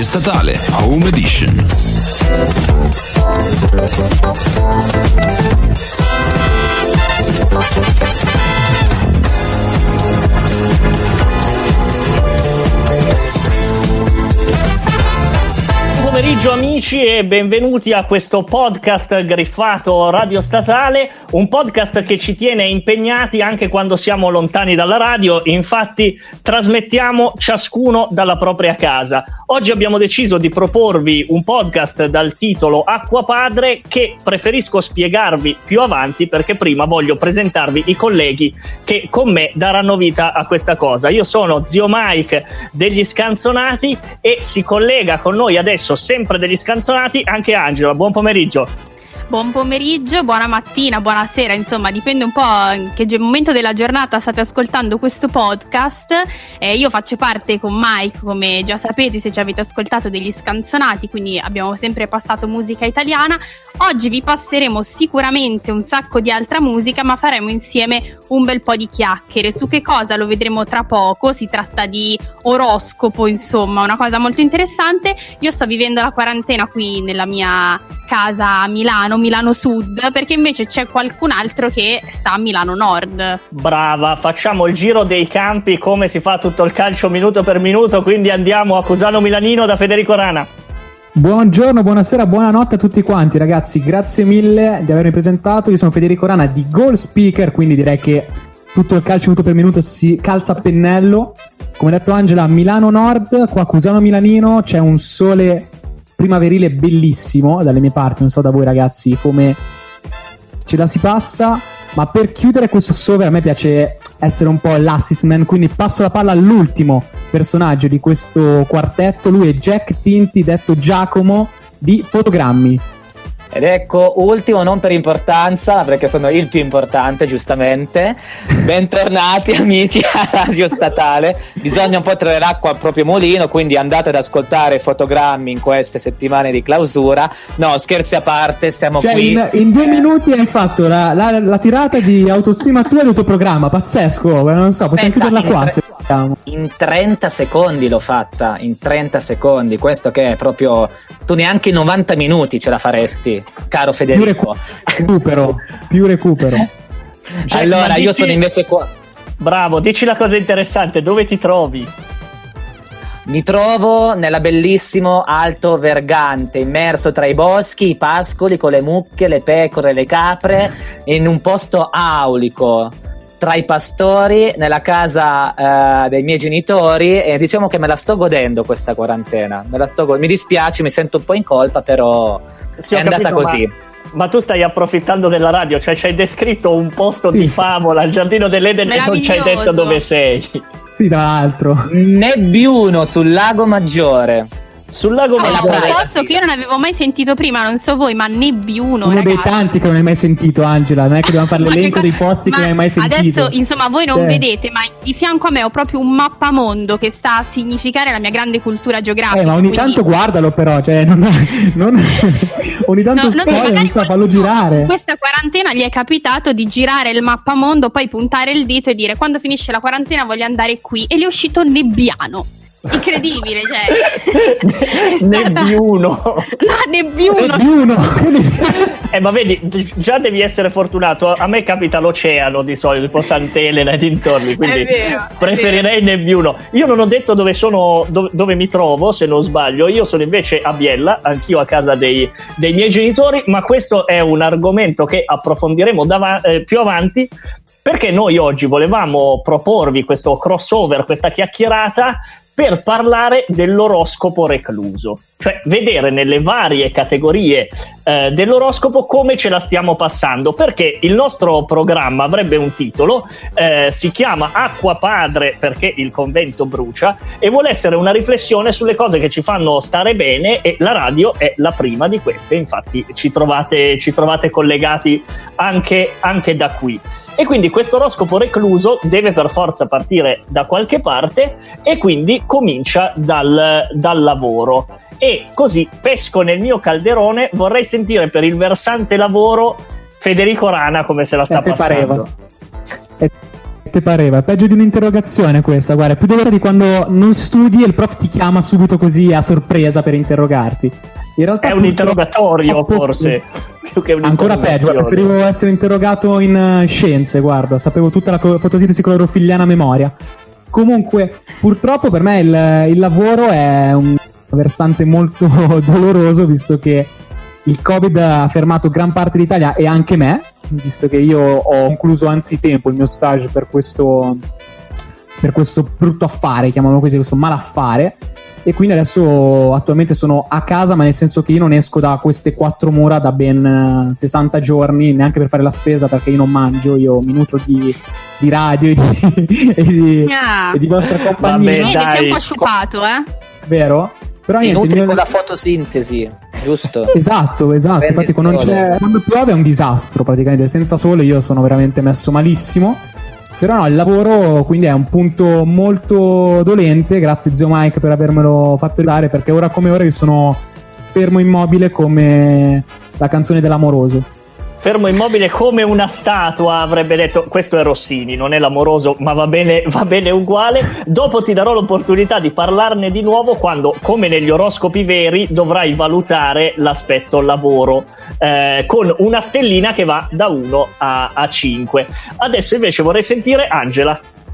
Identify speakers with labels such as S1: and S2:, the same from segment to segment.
S1: Statale Home Edition.
S2: Buon pomeriggio amici e benvenuti a questo podcast griffato Radio Statale, un podcast che ci tiene impegnati anche quando siamo lontani dalla radio, infatti trasmettiamo ciascuno dalla propria casa. Oggi abbiamo deciso di proporvi un podcast dal titolo Acqua Padre che preferisco spiegarvi più avanti perché prima voglio presentarvi i colleghi che con me daranno vita a questa cosa. Io sono Zio Mike degli Scanzonati e si collega con noi adesso sempre degli Scanzonati anche Angela. Buon pomeriggio.
S3: Buon pomeriggio, buona mattina, buonasera, insomma dipende un po' in che momento della giornata state ascoltando questo podcast. Io faccio parte con Mike, come già sapete se ci avete ascoltato, degli Scanzonati, quindi abbiamo sempre passato musica italiana. Oggi vi passeremo sicuramente un sacco di altra musica, ma faremo insieme un bel po' di chiacchiere. Su che cosa lo vedremo tra poco, si tratta di oroscopo, insomma una cosa molto interessante. Io sto vivendo la quarantena qui nella mia casa a Milano Sud, perché invece c'è qualcun altro che sta a Milano Nord.
S2: Brava, facciamo il giro dei campi come si fa tutto il calcio minuto per minuto, quindi andiamo a Cusano Milanino da Federico Rana.
S4: Buongiorno, buonasera, buonanotte a tutti quanti ragazzi, grazie mille di avermi presentato. Io sono Federico Rana di Goal Speaker, quindi direi che tutto il calcio minuto per minuto si calza a pennello. Come ha detto Angela, Milano Nord, qua a Cusano Milanino c'è un sole primaverile bellissimo dalle mie parti, non so da voi ragazzi come ce la si passa, ma per chiudere questo sover a me piace essere un po' l'assist man, quindi passo la palla all'ultimo personaggio di questo quartetto. Lui è Jack Tinti, detto Giacomo di Fotogrammi.
S5: Ed ecco, ultimo non per importanza, perché sono il più importante, giustamente. Bentornati amici a Radio Statale. Bisogna un po' tirare l'acqua al proprio mulino, quindi andate ad ascoltare Fotogrammi in queste settimane di clausura. No, scherzi a parte, siamo qui.
S4: In 2 minuti hai fatto la tirata di autostima tua del tuo programma, pazzesco, non so, possiamo chiuderla qua se vogliamo.
S5: In 30 secondi l'ho fatta, in 30 secondi, questo che è proprio... Tu neanche in 90 minuti ce la faresti, caro Federico. Più recupero.
S2: Allora, io sono invece qua. Bravo, dici la cosa interessante, dove ti trovi?
S5: Mi trovo nella bellissimo Alto Vergante, immerso tra i boschi, i pascoli con le mucche, le pecore, le capre, in un posto aulico tra i pastori, nella casa dei miei genitori, e diciamo che me la sto godendo questa quarantena. Mi dispiace, mi sento un po' in colpa, però
S2: sì,
S5: è andata così.
S2: Ma tu stai approfittando della radio, cioè ci hai descritto un posto di favola, il giardino dell'Eden, e non ci hai detto dove sei.
S4: Sì, tra l'altro.
S5: Nebbiuno sul Lago Maggiore.
S2: Sul Lago Maggiore.
S3: Posso che io non avevo mai sentito prima, non so voi, ma Nebbiuno,
S4: uno
S3: ragazzi,
S4: dei tanti che non hai mai sentito, Angela. Non è che dobbiamo fare l'elenco dei posti che non hai mai sentito.
S3: Adesso, insomma, voi non vedete, ma di fianco a me ho proprio un mappamondo che sta a significare la mia grande cultura geografica.
S4: Ma ogni tanto guardalo, però, cioè, ogni tanto non so, fallo girare.
S3: In questa quarantena gli è capitato di girare il mappamondo, poi puntare il dito e dire: quando finisce la quarantena voglio andare qui, e gli è uscito Nebbiano. Incredibile, cioè
S2: Nebbiuno.
S3: No, Nebbiuno.
S2: Ma vedi, già devi essere fortunato. A me capita l'oceano di solito, tipo Sant'Elena e dintorni, quindi preferirei Nebbiuno. Io non ho detto dove sono, dove mi trovo, se non sbaglio. Io sono invece a Biella, anch'io a casa dei miei genitori, ma questo è un argomento che approfondiremo più avanti, perché noi oggi volevamo proporvi questo crossover, questa chiacchierata per parlare dell'oroscopo recluso, cioè vedere nelle varie categorie dell'oroscopo come ce la stiamo passando, perché il nostro programma avrebbe un titolo, si chiama Acqua Padre perché il convento brucia, e vuole essere una riflessione sulle cose che ci fanno stare bene, e la radio è la prima di queste, infatti ci trovate collegati anche da qui. E quindi questo oroscopo recluso deve per forza partire da qualche parte, e quindi comincia dal lavoro. E così pesco nel mio calderone, vorrei sentire per il versante lavoro Federico Rana come se la sta passando.
S4: Te pareva? È peggio di un'interrogazione questa, guarda, è più dolore di quando non studi e il prof ti chiama subito così a sorpresa per interrogarti. In realtà
S2: è un interrogatorio, forse. Più che
S4: ancora peggio, preferivo essere interrogato in scienze, guarda, sapevo tutta la fotosintesi clorofilliana a memoria. Comunque, purtroppo per me il lavoro è un versante molto doloroso, visto che il Covid ha fermato gran parte d'Italia e anche me, visto che io ho concluso anzitempo il mio stage per questo brutto affare, chiamiamolo così, questo malaffare, e quindi adesso attualmente sono a casa, ma nel senso che io non esco da queste 4 mura da ben 60 giorni, neanche per fare la spesa, perché io non mangio, io mi nutro di radio e di vostra compagnia.
S3: Sei un po' sciupato,
S4: vero? Però
S5: ti nutri con la fotosintesi, giusto? Esatto,
S4: infatti quando piove è un disastro praticamente, senza sole io sono veramente messo malissimo. Però no, il lavoro quindi è un punto molto dolente. Grazie zio Mike per avermelo fatto arrivare, perché ora come ora io sono fermo immobile come la canzone dell'amoroso.
S2: Fermo immobile come una statua, avrebbe detto. Questo è Rossini, non è l'amoroso, ma va bene uguale. Dopo ti darò l'opportunità di parlarne di nuovo quando, come negli oroscopi veri, dovrai valutare l'aspetto lavoro con una stellina che va da 1 a 5. Adesso invece vorrei sentire Angela.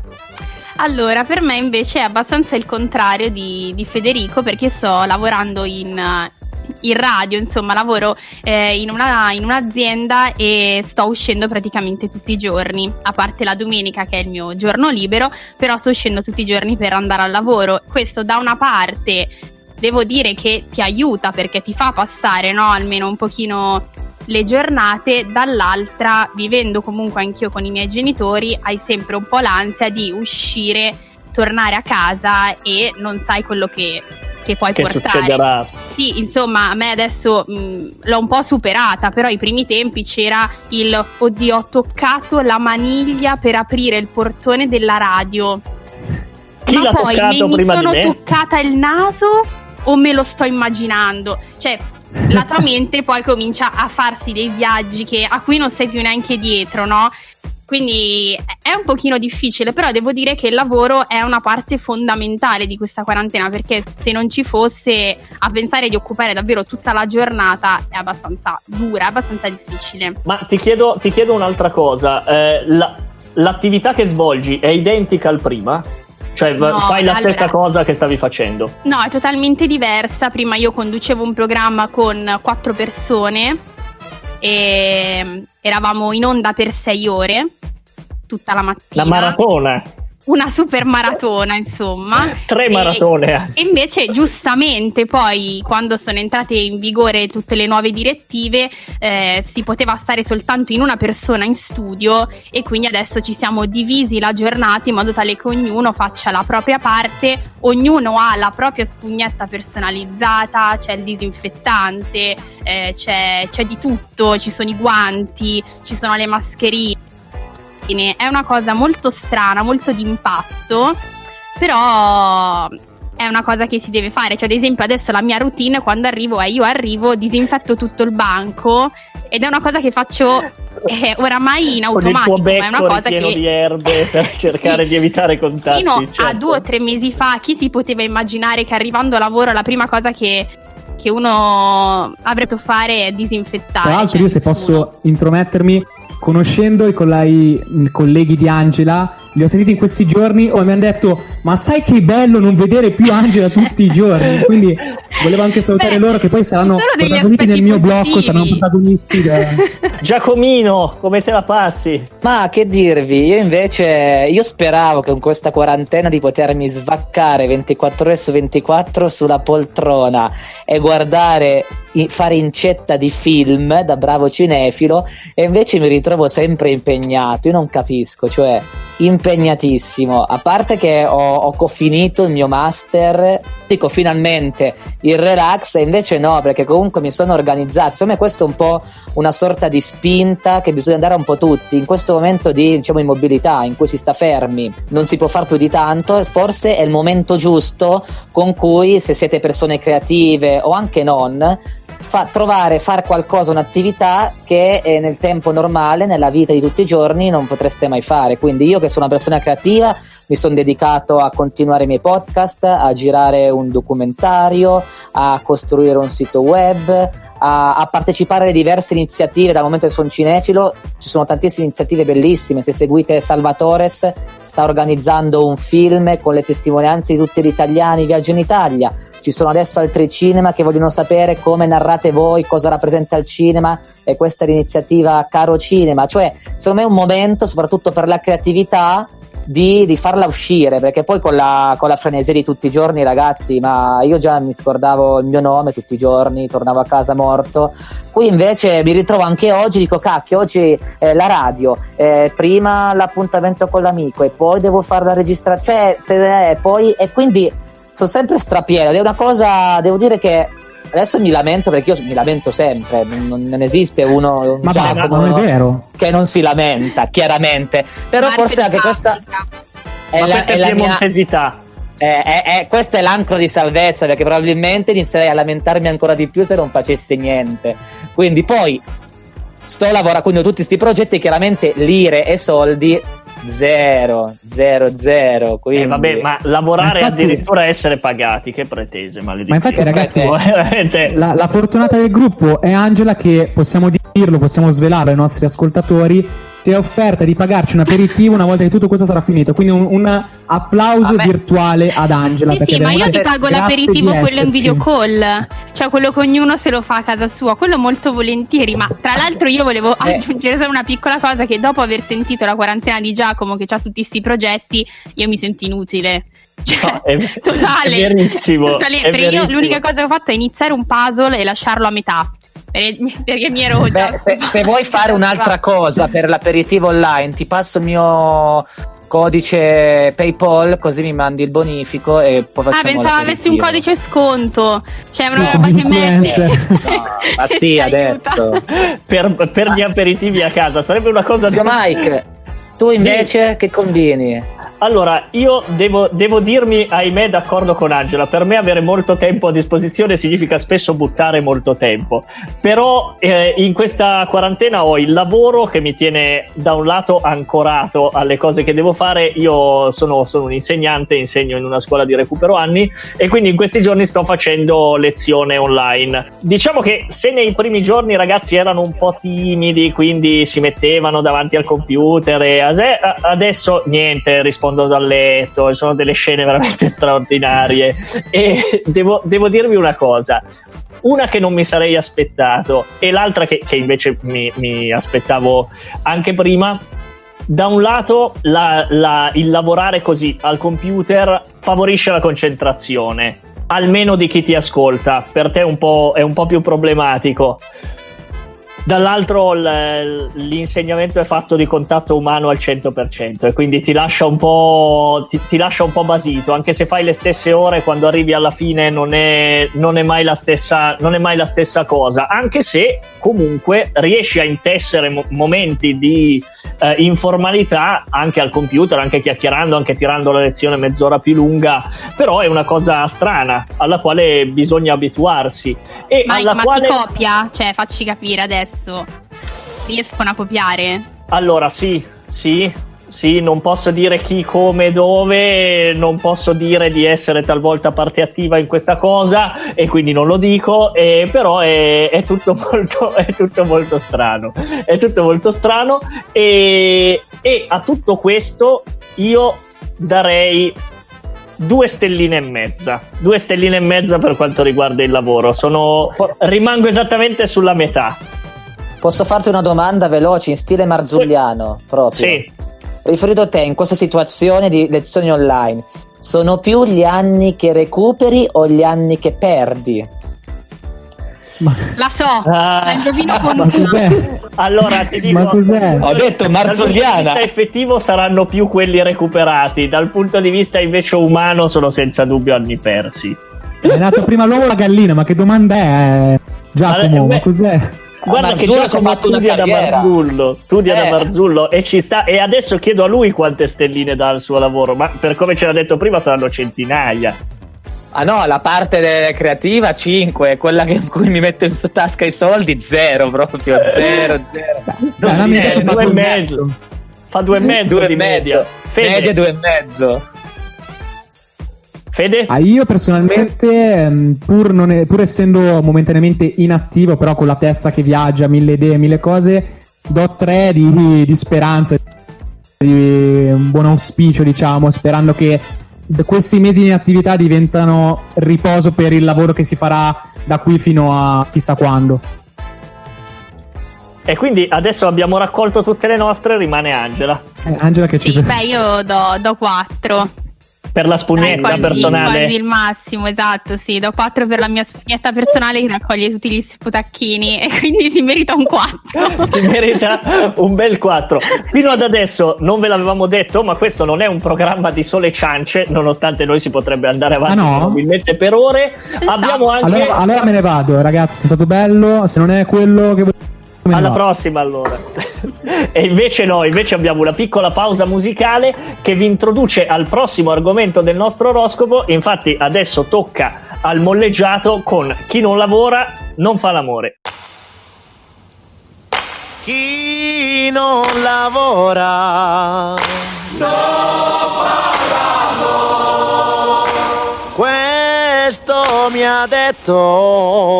S3: Allora, per me invece è abbastanza il contrario di Federico, perché sto lavorando in radio, insomma, lavoro in un'azienda e sto uscendo praticamente tutti i giorni, a parte la domenica che è il mio giorno libero, però sto uscendo tutti i giorni per andare al lavoro. Questo da una parte devo dire che ti aiuta, perché ti fa passare, no, almeno un pochino le giornate, dall'altra, vivendo comunque anch'io con i miei genitori, hai sempre un po' l'ansia di uscire, tornare a casa e non sai quello che puoi portare.
S2: Succederà.
S3: Sì, insomma, a me adesso l'ho un po' superata, però ai primi tempi c'era oddio, ho toccato la maniglia per aprire il portone della radio.
S2: Chi l'ha
S3: poi
S2: toccato prima di me?
S3: Mi sono toccata il naso o me lo sto immaginando? Cioè, la tua mente poi comincia a farsi dei viaggi a cui non sei più neanche dietro, no? Quindi è un pochino difficile, però devo dire che il lavoro è una parte fondamentale di questa quarantena, perché se non ci fosse, a pensare di occupare davvero tutta la giornata è abbastanza dura, è abbastanza difficile.
S2: Ma ti chiedo un'altra cosa, l'attività che svolgi è identica al prima? Cioè fai la stessa cosa che stavi facendo?
S3: No, è totalmente diversa. Prima io conducevo un programma con 4 persone e eravamo in onda per 6 ore tutta la mattina.
S2: La maratona.
S3: Una super maratona, insomma.
S2: 3 maratone.
S3: E invece, giustamente, poi quando sono entrate in vigore tutte le nuove direttive, si poteva stare soltanto in una persona in studio, e quindi adesso ci siamo divisi la giornata in modo tale che ognuno faccia la propria parte, ognuno ha la propria spugnetta personalizzata, c'è il disinfettante, c'è di tutto, ci sono i guanti, ci sono le mascherine. È una cosa molto strana, molto d'impatto, però è una cosa che si deve fare. Cioè, ad esempio, adesso la mia routine quando io arrivo, disinfetto tutto il banco, ed è una cosa che faccio oramai in automatico.
S2: Con il tuo becco
S3: ma è una cosa
S2: pieno di erbe per cercare
S3: sì,
S2: di evitare contatti.
S3: Fino
S2: certo.
S3: a 2 o 3 mesi fa, chi si poteva immaginare che arrivando a lavoro la prima cosa che uno avrebbe dovuto fare è disinfettare?
S4: Tra l'altro, io se posso intromettermi, conoscendo i colleghi di Angela, li ho sentiti in questi giorni e mi hanno detto: ma sai che bello non vedere più Angela tutti i giorni? Quindi volevo anche salutare loro, che poi saranno protagonisti del mio blocco, saranno protagonisti
S2: Giacomino, come te la passi?
S5: Ma che dirvi, io speravo che con questa quarantena di potermi svaccare 24 ore su 24 sulla poltrona e guardare, fare incetta di film da bravo cinefilo, e invece mi ritrovo sempre impegnato. Io non capisco, cioè impegnatissimo, a parte che ho finito il mio master, dico finalmente il relax, e invece no, perché comunque mi sono organizzato. Secondo me questo è un po' una sorta di spinta che bisogna dare un po' tutti in questo momento di, diciamo, immobilità in cui si sta fermi, non si può far più di tanto. Forse è il momento giusto con cui, se siete persone creative o anche non, fare qualcosa, un'attività che nel tempo normale, nella vita di tutti i giorni, non potreste mai fare. Quindi io, che sono una persona creativa, mi sono dedicato a continuare i miei podcast, a girare un documentario, a costruire un sito web, a partecipare alle diverse iniziative. Dal momento che sono cinefilo, ci sono tantissime iniziative bellissime. Se seguite Salvatores, sta organizzando un film con le testimonianze di tutti gli italiani, Viaggio in Italia. Ci sono adesso altri cinema che vogliono sapere come narrate voi, cosa rappresenta il cinema, e questa è l'iniziativa Caro Cinema. Cioè, secondo me è un momento, soprattutto per la creatività, di farla uscire, perché poi con la frenesia di tutti i giorni, ragazzi, ma io già mi scordavo il mio nome tutti i giorni, tornavo a casa morto. Qui invece mi ritrovo anche oggi, dico cacchio, oggi la radio, prima l'appuntamento con l'amico e poi devo fare la registrazione, e quindi sono sempre strapieno, ed è una cosa, devo dire che adesso mi lamento, perché io mi lamento sempre, non esiste un Giacomo,
S4: non è vero,
S5: che non si lamenta, chiaramente, però forse anche questa è la
S2: piemontesità.
S5: Questo è l'ancro di salvezza, perché probabilmente inizierei a lamentarmi ancora di più se non facessi niente. Quindi poi sto lavorando, quindi tutti questi progetti, chiaramente lire e soldi zero. Quindi
S2: vabbè, ma lavorare, infatti, addirittura essere pagati, che pretese, maledizione.
S4: Ma infatti, ragazzi, la fortunata del gruppo è Angela, che possiamo dirlo, possiamo svelare ai nostri ascoltatori, ti è offerta di pagarci un aperitivo una volta che tutto questo sarà finito. Quindi un applauso virtuale ad Angela.
S3: Sì, ma io ti pago l'aperitivo, quello in video call, cioè quello che ognuno se lo fa a casa sua, quello molto volentieri. Ma tra l'altro io volevo aggiungere solo una piccola cosa, che dopo aver sentito la quarantena di Giacomo, che ha tutti questi progetti, io mi sento inutile. Cioè, totale.
S2: È verissimo.
S3: Io l'unica cosa che ho fatto è iniziare un puzzle e lasciarlo a metà, perché mi ero già
S5: se vuoi fare un'altra cosa per l'aperitivo online, ti passo il mio codice PayPal, così mi mandi il bonifico e poi facciamo
S3: pensavo avessi un codice sconto, cioè una roba che metti.
S5: No, ma sì, adesso
S2: per gli aperitivi a casa sarebbe una cosa.
S5: Zio Mike, tu invece che combini?
S2: Allora, io devo dirmi, ahimè, d'accordo con Angela. Per me avere molto tempo a disposizione significa spesso buttare molto tempo. Però in questa quarantena ho il lavoro che mi tiene da un lato ancorato alle cose che devo fare. Io sono un insegnante, insegno in una scuola di recupero anni, e quindi in questi giorni sto facendo lezione online. Diciamo che se nei primi giorni i ragazzi erano un po' timidi, quindi si mettevano davanti al computer, e adesso niente, rispondo dal letto, sono delle scene veramente straordinarie. E devo dirvi una cosa, una che non mi sarei aspettato e l'altra che invece mi aspettavo anche prima. Da un lato il lavorare così al computer favorisce la concentrazione, almeno di chi ti ascolta. Per te è un po' più problematico. Dall'altro l'insegnamento è fatto di contatto umano al 100%, e quindi ti lascia un po' basito, anche se fai le stesse ore, quando arrivi alla fine non è mai la stessa cosa, anche se comunque riesci a intessere momenti di informalità anche al computer, anche chiacchierando, anche tirando la lezione mezz'ora più lunga. Però è una cosa strana alla quale bisogna abituarsi, e
S3: ma
S2: quale
S3: si copia? Cioè, facci capire adesso. Riescono a copiare?
S2: Allora sì, non posso dire chi, come, dove, non posso dire di essere talvolta parte attiva in questa cosa, e quindi non lo dico, però è tutto molto strano. È tutto molto strano, e a tutto questo io darei 2 stelline e mezza. 2 stelline e mezza per quanto riguarda il lavoro. Rimango esattamente sulla metà.
S5: Posso farti una domanda veloce in stile marzulliano? Proprio.
S2: Sì.
S5: Riferito a te, in questa situazione di lezioni online, sono più gli anni che recuperi o gli anni che perdi?
S3: La so, la indovino con
S4: ma cos'è?
S2: Allora ti dico,
S4: ma cos'è?
S5: Ho detto marzulliana.
S2: Dal punto di vista effettivo saranno più quelli recuperati, dal punto di vista invece umano sono senza dubbio anni persi.
S4: È nato prima l'uovo o la gallina? Ma che domanda è, Giacomo? Ma cos'è?
S2: Guarda che Giacomo studia da Marzullo e ci sta, e adesso chiedo a lui quante stelline dà al suo lavoro, ma per come ce l'ha detto prima saranno centinaia.
S5: Ah no, la parte creativa 5, quella in cui mi metto in tasca i soldi 0 proprio, 0.
S2: 2,5. Fa 2,5 di media.
S5: Media 2,5.
S2: Fede?
S4: Io personalmente, pur essendo momentaneamente inattivo, però con la testa che viaggia, 1000 idee, 1000 cose, do 3 di speranza, di un buon auspicio, diciamo, sperando che questi mesi di inattività diventano riposo per il lavoro che si farà da qui fino a chissà quando.
S2: E quindi adesso abbiamo raccolto tutte le nostre, rimane Angela.
S4: Angela che ci
S3: io do 4.
S2: Per la spugnetta personale.
S3: Quasi il massimo, esatto, sì. Do 4 per la mia spugnetta personale che raccoglie tutti gli sputacchini e quindi si merita un 4.
S2: Si merita un bel 4. Fino ad adesso non ve l'avevamo detto, ma questo non è un programma di sole ciance, nonostante noi si potrebbe andare avanti probabilmente per ore.
S3: Esatto.
S2: Abbiamo anche...
S4: Allora me ne vado, ragazzi, è stato bello. Se non è quello che
S2: alla prossima allora. E invece abbiamo una piccola pausa musicale che vi introduce al prossimo argomento del nostro oroscopo. Infatti adesso tocca al molleggiato con chi non lavora non fa l'amore.
S6: Chi non lavora non fa l'amore. Questo mi ha detto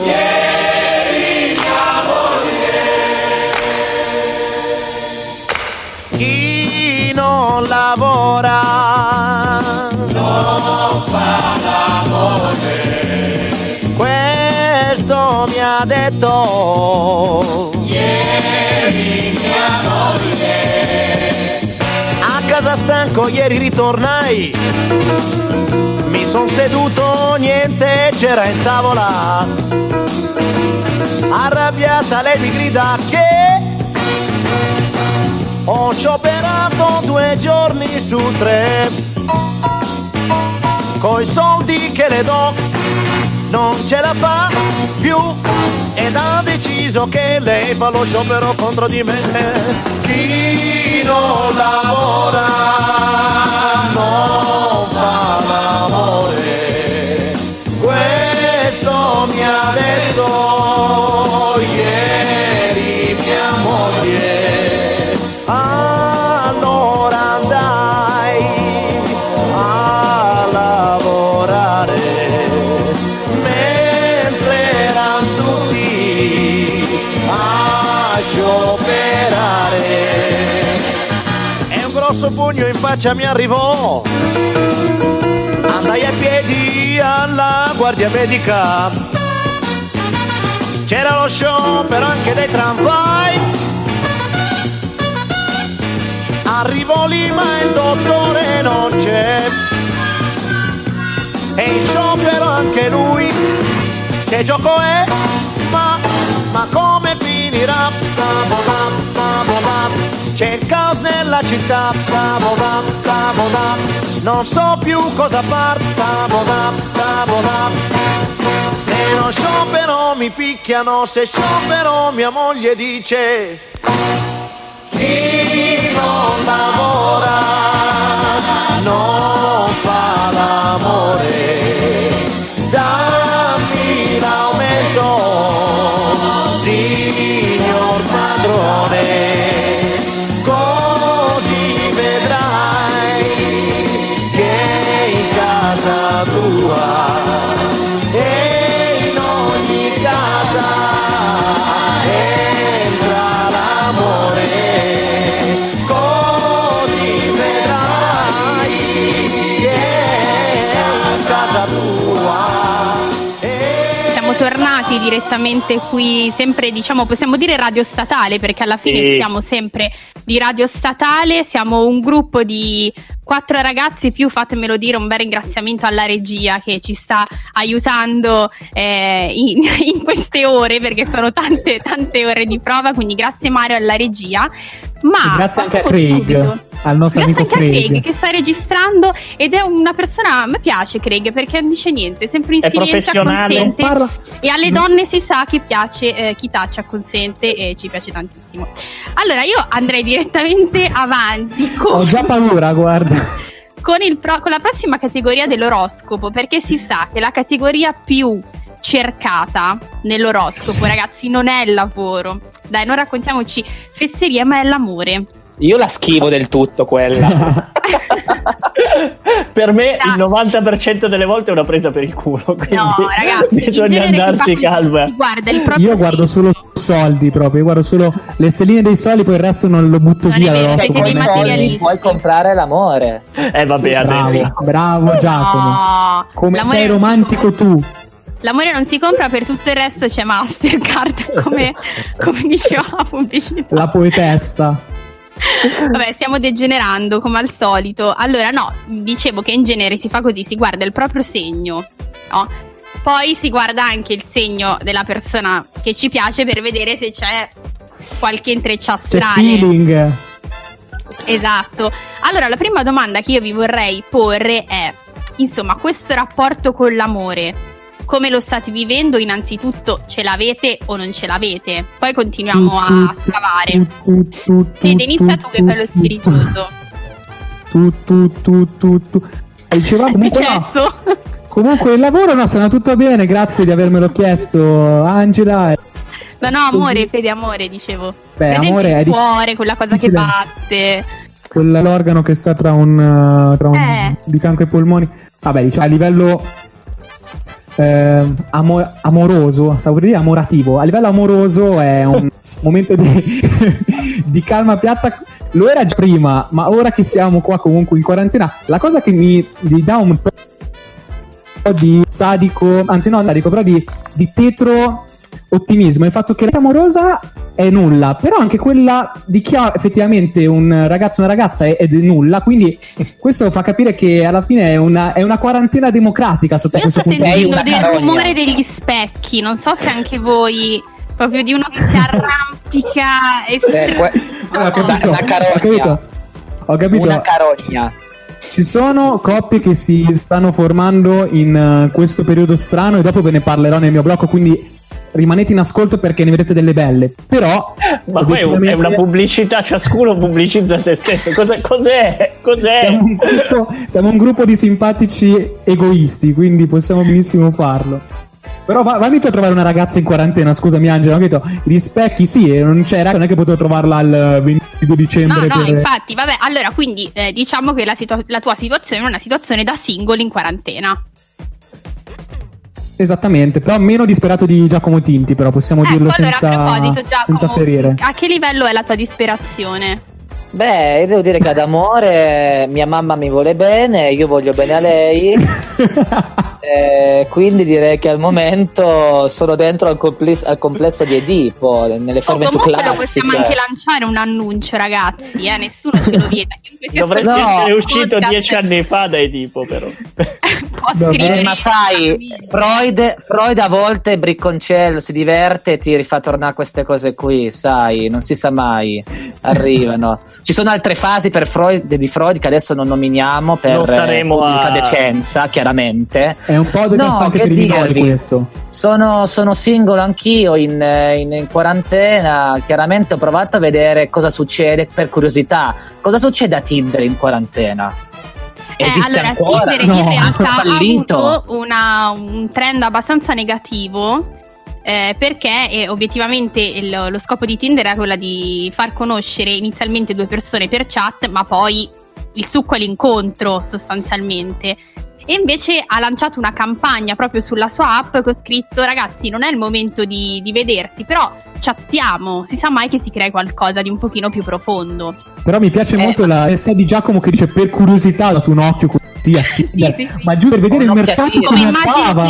S6: non lavora non fa l'amore. Questo mi ha detto ieri mia moglie. A casa stanco ieri ritornai, mi son seduto, niente c'era in tavola. Arrabbiata lei mi grida che ho scioperato 2 giorni su 3. Coi soldi che le do non ce la fa più ed ha deciso che lei fa lo sciopero contro di me. Chi non lavora non fa l'amore. Questo mi ha detto ieri mia moglie. Allora andai a lavorare mentre erano tutti a scioperare e un grosso pugno in faccia mi arrivò. Andai a piedi alla guardia medica, c'era lo sciopero anche dei tramvai. Arrivo lì ma il dottore non c'è e in sciopero anche lui. Che gioco è? Ma come finirà? C'è il caos nella città. Non so più cosa far. Se non sciopero mi picchiano, se sciopero mia moglie dice chi non lavora non fa l'amore. Dammi l'aumento, signor padrone, così vedrai che in casa tua e in ogni casa entra l'amore.
S3: Tornati direttamente qui, sempre diciamo possiamo dire radio statale, perché alla fine siamo sempre di radio statale, siamo un gruppo di 4 ragazzi più, fatemelo dire, un bel ringraziamento alla regia che ci sta aiutando in queste ore, perché sono tante ore di prova, quindi grazie Mario alla regia. Ma
S4: grazie anche a Craig, al nostro amico Craig
S3: che sta registrando ed è una persona, a me piace Craig perché non dice niente, sempre in silenzio, acconsente, e alle donne si sa che piace chi tace acconsente e ci piace tantissimo. Allora io andrei direttamente avanti con...
S4: Ho già paura, guarda.
S3: con la prossima categoria dell'oroscopo, perché si sa che la categoria più cercata nell'oroscopo, ragazzi, non è il lavoro. Dai, non raccontiamoci fesserie, ma è l'amore.
S5: Io la schivo del tutto quella.
S2: Per me il 90% delle volte è una presa per il culo, quindi
S3: no, ragazzi,
S2: bisogna andarci calma.
S4: Io guardo solo soldi proprio, io guardo solo le stelline dei soldi, poi il resto non lo butto
S3: non
S4: via.
S5: Puoi comprare l'amore.
S2: Vabbè,
S4: bravo Giacomo.
S3: No,
S4: come sei romantico tu.
S3: L'amore non si compra, per tutto il resto c'è Mastercard, come diceva la pubblicità.
S4: La poetessa.
S3: Vabbè, stiamo degenerando come al solito. Allora, no, dicevo che in genere si fa così, si guarda il proprio segno, no? Poi si guarda anche il segno della persona che ci piace per vedere se c'è qualche intreccio astrale.
S4: C'è feeling.
S3: Esatto. Allora, la prima domanda che io vi vorrei porre è, insomma, questo rapporto con l'amore, come lo state vivendo? Innanzitutto, ce l'avete o non ce l'avete? Poi continuiamo a scavare. Fede, inizia tu che è bello spiritoso.
S4: Dicevamo comunque il lavoro sta andando tutto bene, grazie di avermelo chiesto, Angela.
S3: No, amore, Fede, amore, dicevo.
S4: Beh, amore
S3: il
S4: è
S3: cuore, quella cosa che batte.
S4: L'organo che sta tra un di fianco ai polmoni. Vabbè, diciamo a livello amoroso, stavo per dire amorativo, a livello amoroso è un momento di calma piatta. Lo era già prima, ma ora che siamo qua comunque in quarantena, la cosa che mi dà un po' di sadico, anzi no sadico, però di tetro ottimismo, il fatto che la vita amorosa è nulla, però anche quella di chi ha effettivamente un ragazzo o una ragazza è nulla, quindi questo fa capire che alla fine è una quarantena democratica sotto questo punto di vista.
S3: Io sto sentendo del rumore degli specchi, non so se anche voi, proprio di uno che si arrampica
S4: ho capito.
S5: Una carogna.
S4: Ci sono coppie che si stanno formando in questo periodo strano e dopo ve ne parlerò nel mio blog, quindi rimanete in ascolto perché ne vedrete delle belle. Però
S2: ma poi è una pubblicità, ciascuno pubblicizza se stesso. Cos'è?
S4: Siamo un gruppo di simpatici egoisti, quindi possiamo benissimo farlo. Però vai a trovare una ragazza in quarantena, scusami Angela, ho detto gli specchi sì, non c'era, non è che potevo trovarla il 22 dicembre.
S3: No, infatti, vabbè, allora quindi diciamo che la tua situazione è una situazione da single in quarantena.
S4: Esattamente, però meno disperato di Giacomo Tinti, però possiamo dirlo
S3: allora,
S4: senza,
S3: a proposito, Giacomo,
S4: senza ferire.
S3: A che livello è la tua disperazione?
S5: Beh, io devo dire che ad amore mia mamma mi vuole bene, io voglio bene a lei. Quindi direi che al momento sono dentro al complesso di Edipo, nelle forme più classiche.
S3: Lo possiamo anche lanciare un annuncio, ragazzi, nessuno ce lo vieta.
S2: Dovresti essere uscito 10 anni fa da Edipo, però.
S5: Ma sai, Freud a volte bricconcello si diverte e ti rifà tornare queste cose qui, sai, non si sa mai, arrivano. Ci sono altre fasi per di Freud che adesso non nominiamo per pubblica decenza, chiaramente.
S4: È un po' devastante per i minori questo.
S5: Sono single anch'io in quarantena. Chiaramente ho provato a vedere cosa succede per curiosità. Cosa succede a Tinder in quarantena? Esiste ancora?
S3: Tinder in realtà ha avuto un trend abbastanza negativo. Perché obiettivamente lo scopo di Tinder era quello di far conoscere inizialmente due persone per chat, ma poi il succo è l'incontro sostanzialmente. E invece ha lanciato una campagna proprio sulla sua app con scritto: ragazzi, non è il momento di vedersi, però chattiamo, si sa mai che si crea qualcosa di un pochino più profondo.
S4: Però mi piace molto la essere di Giacomo che dice: per curiosità ho dato un occhio così a Tinder, sì. Ma giusto per vedere il mercato come andava.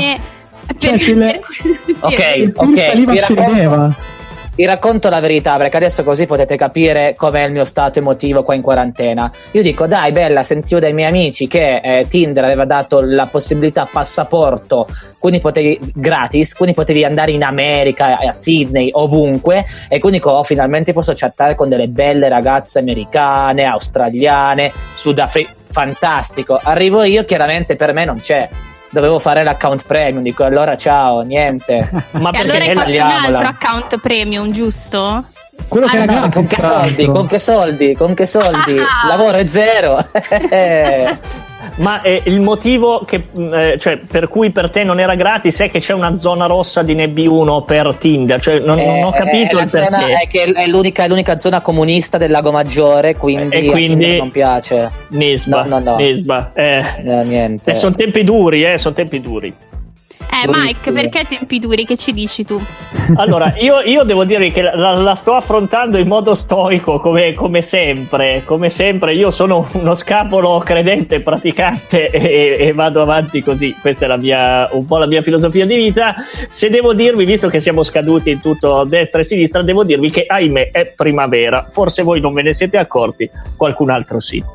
S5: Vi racconto la verità, perché adesso così potete capire com'è il mio stato emotivo qua in quarantena. Io dico: dai bella, sentivo dai miei amici che Tinder aveva dato la possibilità passaporto, quindi potevi andare in America, a Sydney, ovunque, e quindi finalmente posso chattare con delle belle ragazze americane, australiane, sudafricane. Fantastico. Arrivo io, chiaramente per me non c'è. Dovevo fare l'account premium, dico allora ciao, niente.
S3: Ma e allora hai fatto un altro account premium, giusto?
S4: Quello che era
S5: con che soldi? Lavoro è zero.
S2: Ma il motivo cioè, per cui per te non era gratis è che c'è una zona rossa di Nebbi1 per Tinder, cioè non ho capito il perché.
S5: È che è l'unica zona comunista del Lago Maggiore, quindi a Tinder non piace.
S2: Nisba,
S5: no.
S2: Nisba.
S5: Niente.
S2: Sono tempi duri, sono tempi duri.
S3: Mike, perché tempi duri? Che ci dici tu?
S2: Allora, io devo dire che la sto affrontando in modo stoico, come sempre. Come sempre, io sono uno scapolo credente, praticante e vado avanti così. Questa è un po' la mia filosofia di vita. Se devo dirvi, visto che siamo scaduti in tutto destra e sinistra, devo dirvi che ahimè è primavera. Forse voi non ve ne siete accorti, qualcun altro sì.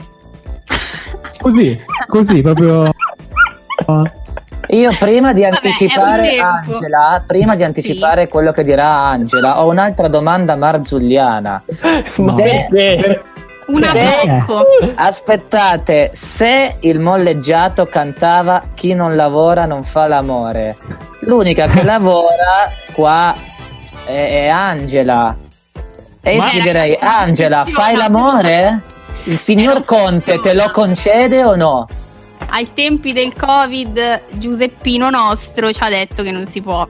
S4: Così proprio.
S5: Io prima di anticipare quello che dirà Angela, ho un'altra domanda marzulliana. Aspettate, se il molleggiato cantava "chi non lavora non fa l'amore", l'unica che lavora qua è Angela. E io ti direi, Angela, fai l'amore? Il signor Conte te lo concede o no?
S3: Ai tempi del Covid, Giuseppino nostro ci ha detto che non si può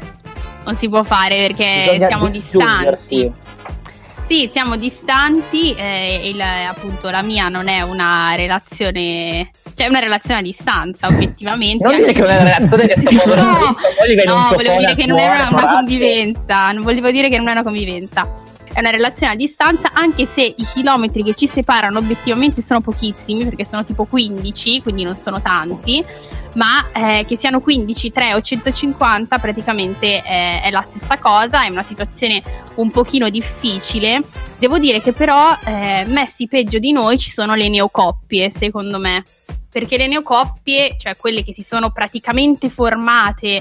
S3: fare perché siamo distanti. Sì, siamo distanti appunto la mia non è una relazione, cioè è una relazione a distanza obiettivamente.
S5: Non dire che è una relazione che sto
S3: volevo dire che non era una convivenza, non volevo dire che non è una convivenza. È una relazione a distanza, anche se i chilometri che ci separano obiettivamente sono pochissimi, perché sono tipo 15, quindi non sono tanti, ma che siano 15, 3 o 150 praticamente è la stessa cosa, è una situazione un pochino difficile. Devo dire che però messi peggio di noi ci sono le neocoppie, secondo me, perché le neocoppie, cioè quelle che si sono praticamente formate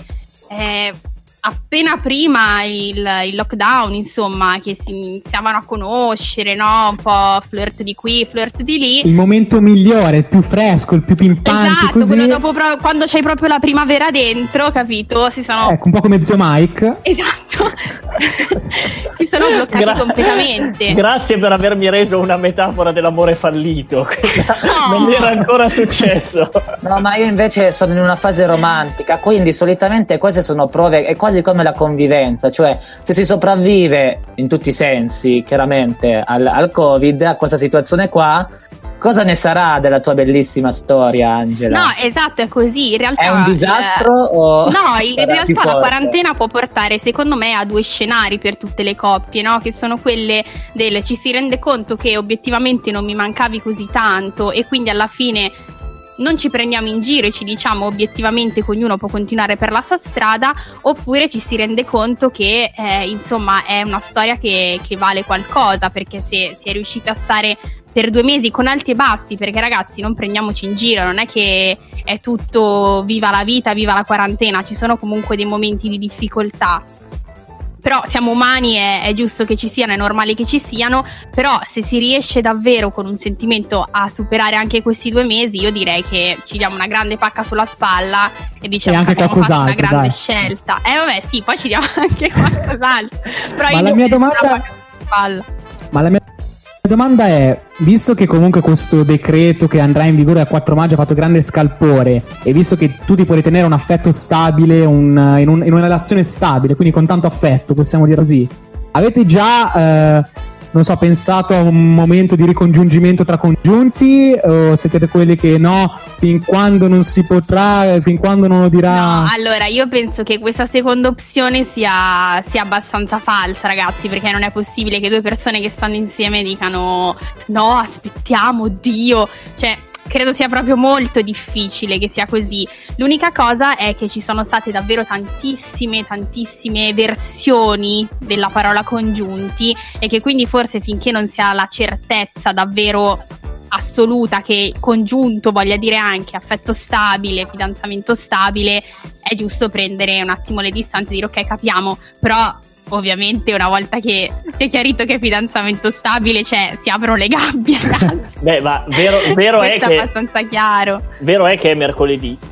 S3: appena prima il lockdown, insomma, che si iniziavano a conoscere, no? Un po' flirt di qui, flirt di lì.
S4: Il momento migliore, il più fresco, il più pimpante.
S3: Esatto,
S4: così.
S3: quello dopo, quando c'hai proprio la primavera dentro, capito? Si sono...
S4: Ecco, un po' come zio Mike.
S3: Esatto. Si sono bloccati completamente.
S2: Grazie per avermi reso una metafora dell'amore fallito.
S3: No.
S2: Non mi era ancora successo.
S5: No, ma io invece sono in una fase romantica, quindi solitamente queste sono prove, è quasi come la convivenza, cioè se si sopravvive in tutti i sensi chiaramente al Covid, a questa situazione qua, cosa ne sarà della tua bellissima storia, Angela?
S3: No, esatto, è così. In realtà
S5: è un disastro o
S3: no, in realtà la quarantena può portare, secondo me, a due scenari per tutte le coppie, no? Che sono quelle del ci si rende conto che obiettivamente non mi mancavi così tanto e quindi alla fine non ci prendiamo in giro e ci diciamo obiettivamente che ognuno può continuare per la sua strada, oppure ci si rende conto che insomma è una storia che vale qualcosa, perché se si è riusciti a stare per 2 mesi con alti e bassi, perché ragazzi non prendiamoci in giro, non è che è tutto viva la vita, viva la quarantena, ci sono comunque dei momenti di difficoltà. Però siamo umani, è giusto che ci siano, è normale che ci siano, però se si riesce davvero con un sentimento a superare anche questi 2 mesi, io direi che ci diamo una grande pacca sulla spalla e diciamo che abbiamo fatto una grande scelta. Vabbè sì, poi ci diamo anche qualcos'altro. Però
S4: ma la mia domanda è, visto che comunque questo decreto che andrà in vigore al 4 maggio ha fatto grande scalpore, e visto che tu ti puoi ritenere un affetto stabile, in una relazione stabile, quindi con tanto affetto, possiamo dire così, avete già non so, pensato a un momento di ricongiungimento tra congiunti, o siete quelli che no, fin quando non si potrà, fin quando non lo dirà?
S3: No, allora io penso che questa seconda opzione sia abbastanza falsa, ragazzi, perché non è possibile che 2 persone che stanno insieme dicano no, aspettiamo, Dio, cioè credo sia proprio molto difficile che sia così. L'unica cosa è che ci sono state davvero tantissime versioni della parola congiunti, e che quindi forse finché non si ha la certezza davvero assoluta che congiunto voglia dire anche affetto stabile, fidanzamento stabile, è giusto prendere un attimo le distanze e dire ok, capiamo, però ovviamente una volta che si è chiarito che è fidanzamento stabile, cioè si aprono le gabbie, ragazzi.
S2: Beh, ma vero è che
S3: è abbastanza chiaro.
S2: Vero è che è mercoledì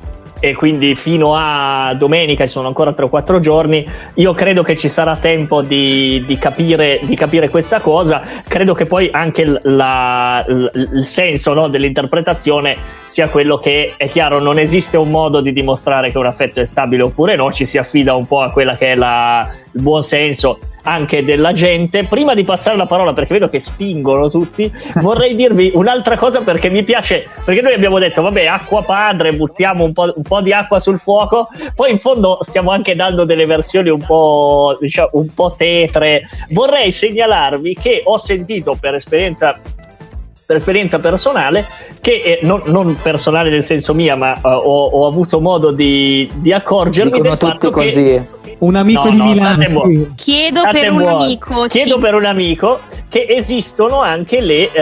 S2: e quindi fino a domenica ci sono ancora 3 o 4 giorni. Io credo che ci sarà tempo di capire questa cosa. Credo che poi anche il senso, no, dell'interpretazione sia quello che è chiaro, non esiste un modo di dimostrare che un affetto è stabile oppure no, ci si affida un po' a quella che è il buon senso anche della gente. Prima di passare la parola, perché vedo che spingono tutti, vorrei dirvi un'altra cosa, perché mi piace, perché noi abbiamo detto vabbè, acqua padre, buttiamo un po' di acqua sul fuoco, poi in fondo stiamo anche dando delle versioni un po', diciamo, un po' tetre. Vorrei segnalarvi che ho sentito per esperienza personale, che non personale nel senso mia, ma ho avuto modo di accorgermi del fatto che
S4: un amico di Milano, sì.
S3: Chiedo per un amico che esistono anche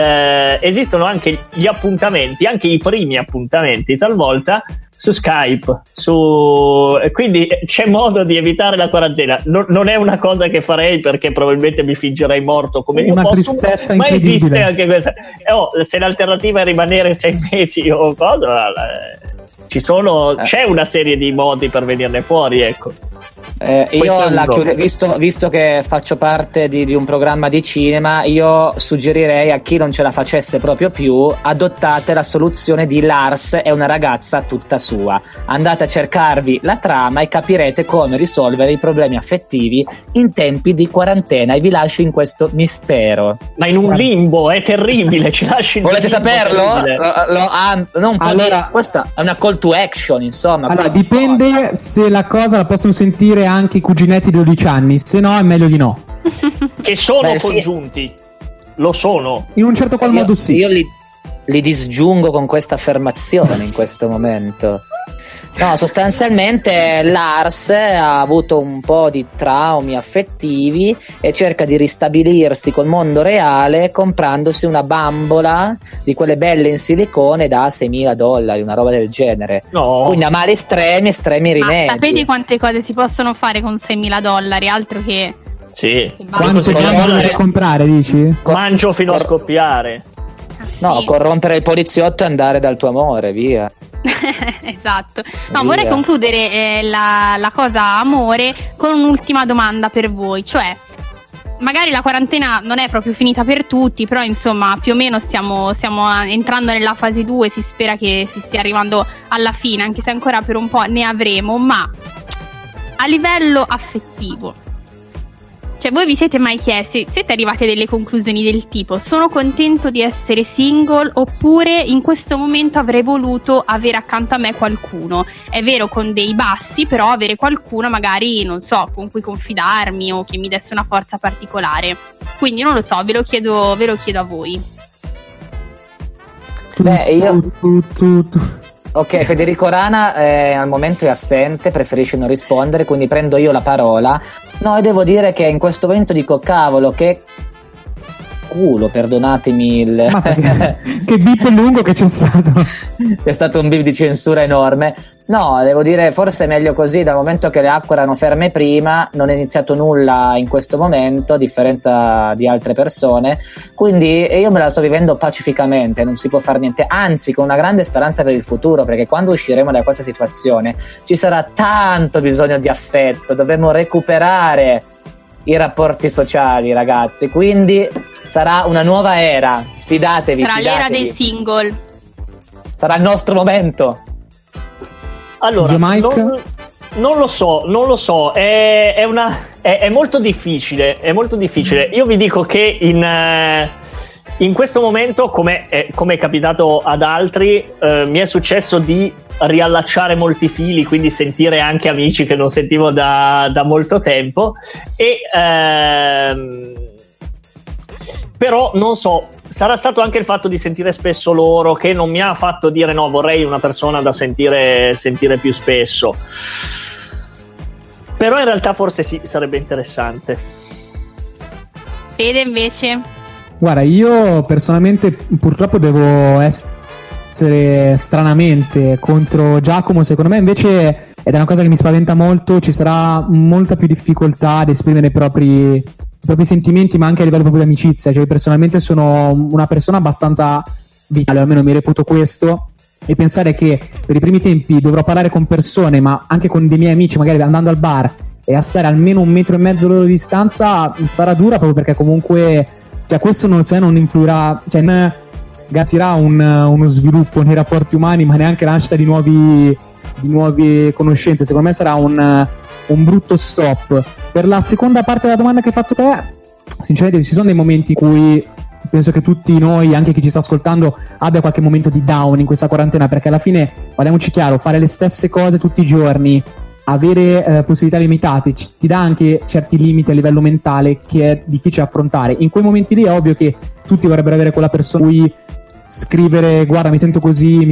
S3: gli appuntamenti, anche i primi appuntamenti talvolta su Skype, quindi c'è modo di evitare la quarantena. Non è una cosa che farei, perché probabilmente mi fingerei morto come
S4: una tristezza
S2: ma
S4: incredibile.
S2: esiste anche questa. Se l'alternativa è rimanere 6 mesi o cosa, c'è una serie di modi per venirne fuori, ecco.
S5: Visto che faccio parte di un programma di cinema, io suggerirei a chi non ce la facesse proprio più: adottate la soluzione di Lars è una ragazza tutta sua. Andate a cercarvi la trama e capirete come risolvere i problemi affettivi in tempi di quarantena, e vi lascio in questo mistero.
S2: Ma in un limbo, è terribile, ci lasci in
S5: volete saperlo? Questa è una call to action, insomma.
S4: Allora, dipende se la cosa la possono sentire anche i cuginetti di 12 anni, se no è meglio di no.
S2: Che sono congiunti, lo sono.
S4: In un certo qual modo sì.
S5: Io li disgiungo con questa affermazione in questo momento. No, sostanzialmente Lars ha avuto un po' di traumi affettivi e cerca di ristabilirsi col mondo reale comprandosi una bambola di quelle belle in silicone da $6.000, una roba del genere.
S2: No.
S5: Quindi a mali estremi rimedi.
S3: Ma sapete quante cose si possono fare con $6.000? Altro che...
S2: Sì.
S4: Quante bambole da comprare, dici?
S2: Mangio fino a scoppiare.
S5: No,
S3: sì.
S5: Corrompere il poliziotto e andare dal tuo amore, via.
S3: Esatto. No, vorrei concludere la cosa amore con un'ultima domanda per voi, cioè magari la quarantena non è proprio finita per tutti, però insomma più o meno stiamo entrando nella fase 2, si spera che si stia arrivando alla fine, anche se ancora per un po' ne avremo. Ma a livello affettivo, cioè voi vi siete mai chiesti, siete arrivati a delle conclusioni del tipo: sono contento di essere single, oppure in questo momento avrei voluto avere accanto a me qualcuno? È vero, con dei bassi, però avere qualcuno magari, non so, con cui confidarmi o che mi desse una forza particolare. Quindi non lo so, ve lo chiedo a voi.
S5: Ok, Federico Rana al momento è assente, preferisce non rispondere, quindi prendo io la parola. No, e devo dire che in questo momento dico: cavolo, che culo, perdonatemi il...
S4: Mazza, che bip lungo che c'è stato.
S5: C'è stato un bip di censura enorme. No, devo dire, forse è meglio così, dal momento che le acque erano ferme prima, non è iniziato nulla in questo momento, a differenza di altre persone, quindi io me la sto vivendo pacificamente, non si può fare niente, anzi con una grande speranza per il futuro, perché quando usciremo da questa situazione ci sarà tanto bisogno di affetto, dovremo recuperare i rapporti sociali, ragazzi, quindi sarà una nuova era, fidatevi.
S3: Sarà l'era dei single,
S5: sarà il nostro momento.
S2: Allora, non lo so, è molto difficile, Io vi dico che in questo momento, come è capitato ad altri, mi è successo di riallacciare molti fili, quindi sentire anche amici che non sentivo da molto tempo, però non so, sarà stato anche il fatto di sentire spesso loro che non mi ha fatto dire no, vorrei una persona da sentire più spesso. Però in realtà forse sì, sarebbe interessante.
S3: Fede invece?
S4: Guarda, io personalmente purtroppo devo essere stranamente contro Giacomo. Secondo me invece, ed è una cosa che mi spaventa molto, ci sarà molta più difficoltà ad esprimere i propri sentimenti, ma anche a livello proprio di amicizia. Cioè, personalmente sono una persona abbastanza vitale, almeno mi reputo questo, e pensare che per i primi tempi dovrò parlare con persone, ma anche con dei miei amici, magari andando al bar, e a stare almeno 1,5 metri loro di distanza, sarà dura, proprio perché comunque, cioè, questo non influirà, cioè non garantirà uno sviluppo nei rapporti umani, ma neanche la nascita di nuove conoscenze. Secondo me sarà un brutto stop. Per la seconda parte della domanda che hai fatto te, sinceramente ci sono dei momenti in cui penso che tutti noi, anche chi ci sta ascoltando, abbia qualche momento di down in questa quarantena, perché alla fine, parliamoci chiaro, fare le stesse cose tutti i giorni, avere possibilità limitate, ti dà anche certi limiti a livello mentale che è difficile affrontare. In quei momenti lì è ovvio che tutti vorrebbero avere quella persona cui scrivere: guarda, mi sento così,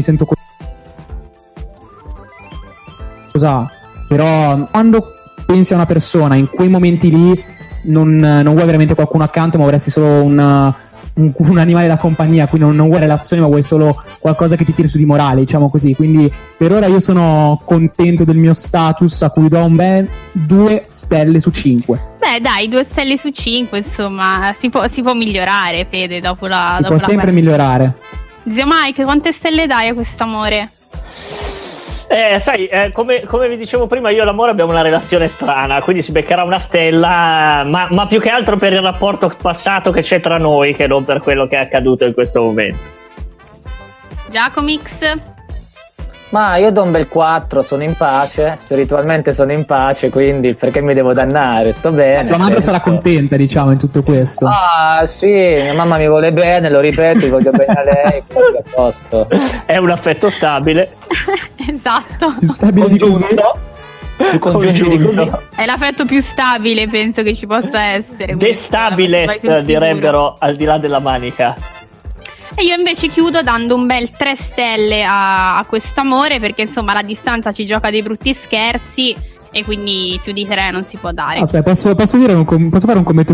S4: cosa. Però quando pensi a una persona in quei momenti lì non vuoi veramente qualcuno accanto, ma vorresti solo un animale da compagnia, quindi non vuoi relazioni, ma vuoi solo qualcosa che ti tiri su di morale, diciamo così. Quindi per ora io sono contento del mio status, a cui do un bel 2 stelle su 5.
S3: Beh dai, 2 stelle su 5, insomma, si può migliorare, Fede, dopo la...
S4: Si può sempre migliorare.
S3: Zio Mike, quante stelle dai a quest'amore?
S2: Sai, come vi dicevo prima, io e l'amore abbiamo una relazione strana, quindi si beccherà una stella, ma più che altro per il rapporto passato che c'è tra noi, che non per quello che è accaduto in questo momento.
S3: Giacomix?
S5: Ma io do un bel 4, sono in pace, spiritualmente sono in pace, quindi perché mi devo dannare? Sto bene.
S4: Tua madre sarà contenta, diciamo, in tutto questo.
S5: Ah sì, mia mamma mi vuole bene, lo ripeto, voglio bene a lei, quindi a posto.
S2: È un affetto stabile.
S3: Esatto.
S4: Più stabile di così.
S2: Congiunto.
S3: È l'affetto più stabile, penso che ci possa essere.
S2: Destabiles, direbbero al di là della manica.
S3: E io invece chiudo dando un bel 3 stelle a questo amore, perché insomma la distanza ci gioca dei brutti scherzi e quindi più di 3 non si può dare.
S4: Aspetta, posso fare un commento?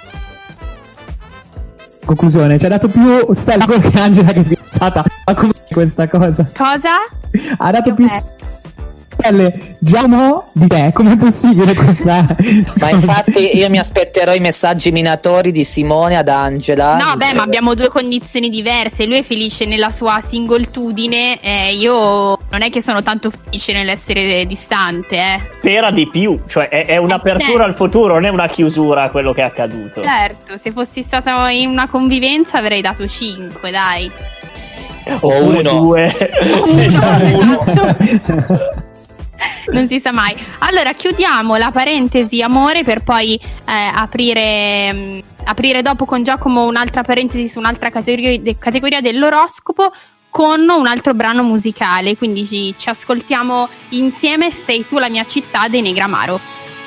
S4: Conclusione, ci ha dato più stelle che Angela, che è fidanzata. Ma come questa cosa?
S3: Cosa?
S4: Ha dato più stelle Giamo di te, com'è possibile questa?
S5: Ma infatti io mi aspetterò i messaggi minatori di Simone ad Angela.
S3: No, beh, ma abbiamo 2 condizioni diverse. Lui è felice nella sua singoltudine, io non è che sono tanto felice nell'essere distante.
S2: Spera di più, cioè è un'apertura al futuro, non è una chiusura a quello che è accaduto.
S3: Certo, se fossi stata in una convivenza avrei dato 5, dai.
S2: O 1. 2.
S3: Esatto. Non si sa mai. Allora chiudiamo la parentesi amore per poi aprire dopo con Giacomo un'altra parentesi su un'altra categoria dell'oroscopo con un altro brano musicale. Quindi ci ascoltiamo insieme Sei tu la mia città dei Negramaro.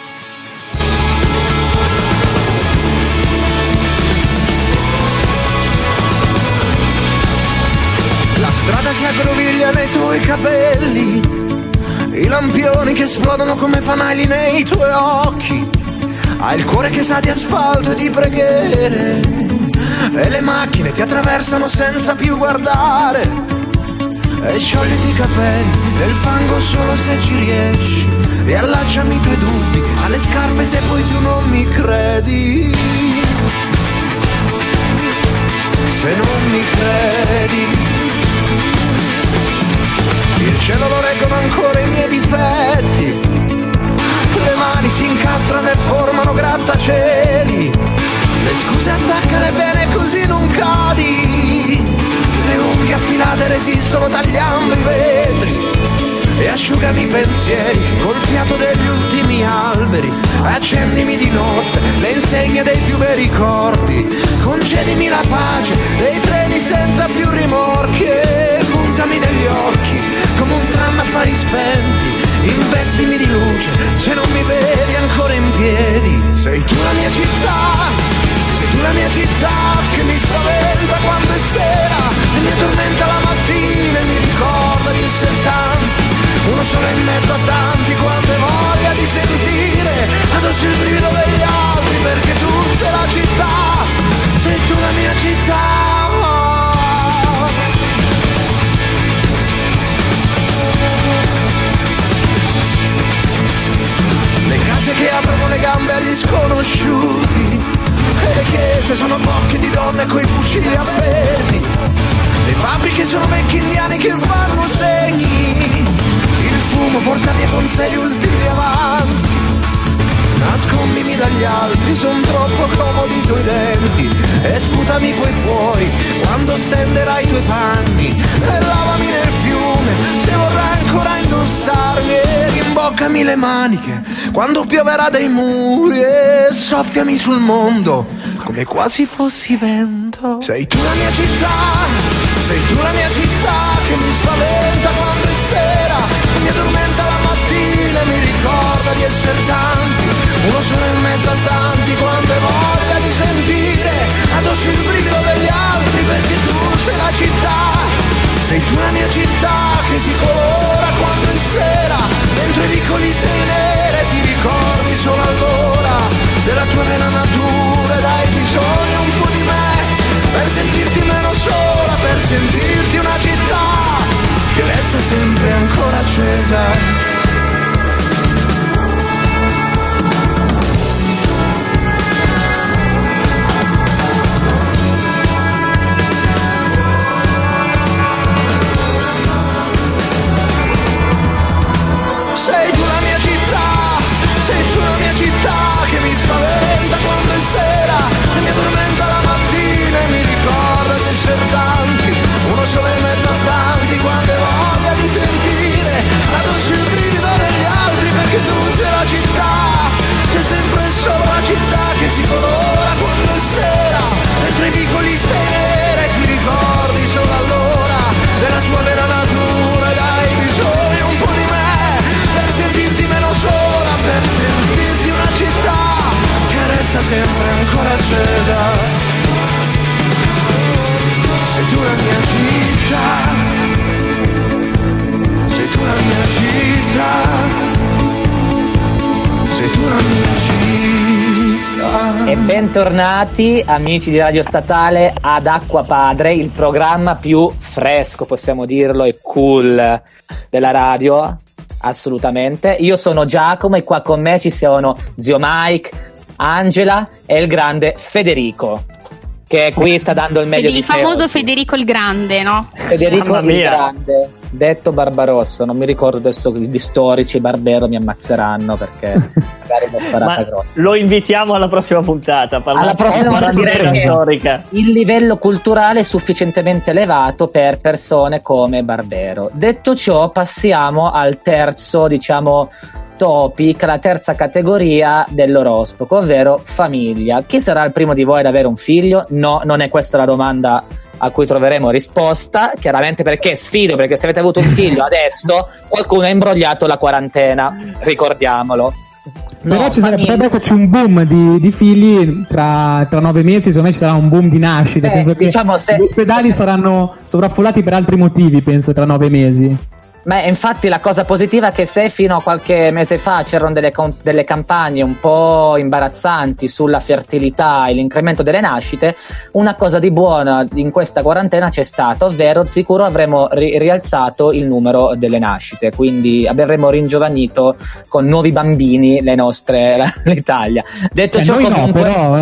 S6: La strada si aggroviglia nei tuoi capelli, i lampioni che esplodono come fanali nei tuoi occhi. Hai il cuore che sa di asfalto e di preghiere, e le macchine ti attraversano senza più guardare. E sciogliti i capelli nel fango solo se ci riesci, riallacciami i tuoi dubbi alle scarpe se poi tu non mi credi. Se non mi credi, il cielo lo reggono ancora i miei difetti, le mani si incastrano e formano grattacieli, le scuse attaccale bene così non cadi, le unghie affilate resistono tagliando i vetri, e asciugami i pensieri col fiato degli ultimi alberi, accendimi di notte le insegne dei più bei ricordi, concedimi la pace dei treni senza più rimorchi, e puntami negli occhi come un tram a fari spenti, investimi di luce se non mi vedi ancora in piedi. Sei tu la mia città, sei tu la mia città che mi spaventa quando è sera e mi addormenta la mattina e mi ricorda di essere tanti, uno solo in mezzo a tanti, quando hai voglia di sentire addosso il brivido degli altri, perché tu sei la città, sei tu la mia città. Le case che aprono le gambe agli sconosciuti, e le chiese sono bocche di donne coi fucili appesi, le fabbriche sono vecchi indiani che fanno segni. Il fumo porta via con sé gli ultimi avanzi. Nascondimi dagli altri, son troppo comodi i tuoi denti. E sputami poi fuori quando stenderai i tuoi panni. E lavami nel fiume se vorrai ancora indossarmi. E rimboccami le maniche quando pioverà dai muri. E soffiami sul mondo come quasi fossi vento. Sei tu la mia città, sei tu la mia città che mi spaventa quando è sera. Mi addormenta la mattina e mi ricorda di essere tanti. Uno solo in mezzo a tanti quando hai voglia di sentire addosso il brivido degli altri, perché tu sei la città, sei tu la mia città che si colora quando è sera, dentro i vicoli sei nera e ti ricordi solo allora della tua vera natura. Dai bisogno un po' di me per sentirti meno sola, per sentirti una città che resta sempre ancora accesa. Sei tu la mia città, sei tu la mia città che mi spaventa quando è sera e mi addormenta la mattina e mi ricorda di essere tanti, uno solo in mezzo a tanti quando hai voglia di sentire addosso il brivido degli altri, perché tu sei la città, sei sempre solo la città che si colora quando è sera, dentro i vicoli sei nera e ti ricordi solo allora della tua vera natura. Dai bisogno un po' di me per sentirti meno sola, per sentirti una città che resta sempre ancora accesa. Sei tu la mia città, sei tu la mia città, sei tu la mia città.
S5: E bentornati amici di Radio Statale ad Acqua Padre, il programma più fresco, possiamo dirlo, e cool della radio. Assolutamente. Io sono Giacomo e qua con me ci sono zio Mike, Angela e il grande Federico, che qui sta dando il meglio di sé.
S3: Il famoso
S5: oggi.
S3: Federico il Grande, no?
S5: Federico il Grande, detto Barbarossa. Non mi ricordo adesso, gli storici Barbero mi ammazzeranno perché magari l'ho sparata grossa.
S2: Lo invitiamo alla prossima puntata.
S5: Alla prossima volta direi che
S2: storica.
S5: Il livello culturale è sufficientemente elevato per persone come Barbero. Detto ciò, passiamo al terzo, diciamo, topic, la terza categoria dell'oroscopo, ovvero famiglia. Chi sarà il primo di voi ad avere un figlio? No, non è questa la domanda a cui troveremo risposta, chiaramente, perché sfido, perché se avete avuto un figlio adesso qualcuno ha imbrogliato la quarantena, ricordiamolo.
S4: Però potrebbe esserci un boom di figli tra 9 mesi, secondo me ci sarà un boom di nascite. Penso che
S5: diciamo,
S4: gli ospedali saranno sovraffollati per altri motivi, penso, tra 9 mesi.
S5: Ma infatti la cosa positiva è che se fino a qualche mese fa c'erano delle campagne un po' imbarazzanti sulla fertilità e l'incremento delle nascite, una cosa di buona in questa quarantena c'è stata, ovvero sicuro avremo rialzato il numero delle nascite, quindi avremo ringiovanito con nuovi bambini l'Italia. Detto ciò,
S4: noi
S5: comunque,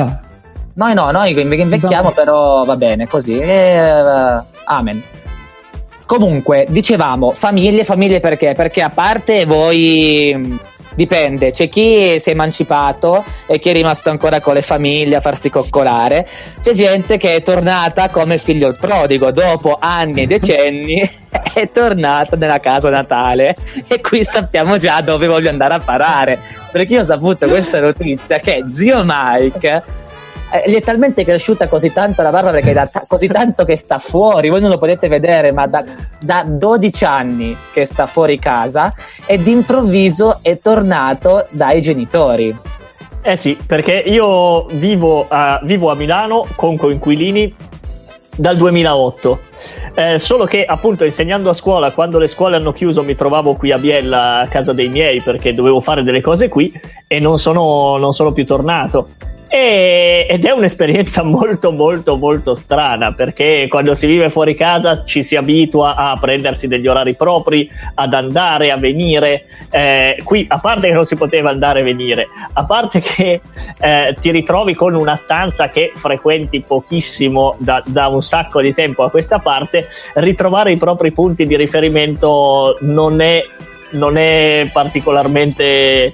S5: noi invecchiamo, però va bene così. Amen. Comunque, dicevamo, famiglie perché? Perché a parte voi, dipende, c'è chi si è emancipato e chi è rimasto ancora con le famiglie a farsi coccolare, c'è gente che è tornata come figlio il prodigo, dopo anni e decenni è tornata nella casa natale, e qui sappiamo già dove voglio andare a parare, perché io ho saputo questa notizia che zio Mike gli è talmente cresciuta così tanto la barba, perché da così tanto che sta fuori, voi non lo potete vedere, ma da 12 anni che sta fuori casa e d'improvviso è tornato dai genitori.
S2: Eh sì, perché io vivo a Milano con coinquilini dal 2008, solo che appunto insegnando a scuola, quando le scuole hanno chiuso mi trovavo qui a Biella a casa dei miei perché dovevo fare delle cose qui e non sono più tornato. ed è un'esperienza molto molto molto strana, perché quando si vive fuori casa ci si abitua a prendersi degli orari propri, ad andare a venire. Qui, a parte che non si poteva andare e venire, a parte che ti ritrovi con una stanza che frequenti pochissimo da un sacco di tempo a questa parte, ritrovare i propri punti di riferimento non è particolarmente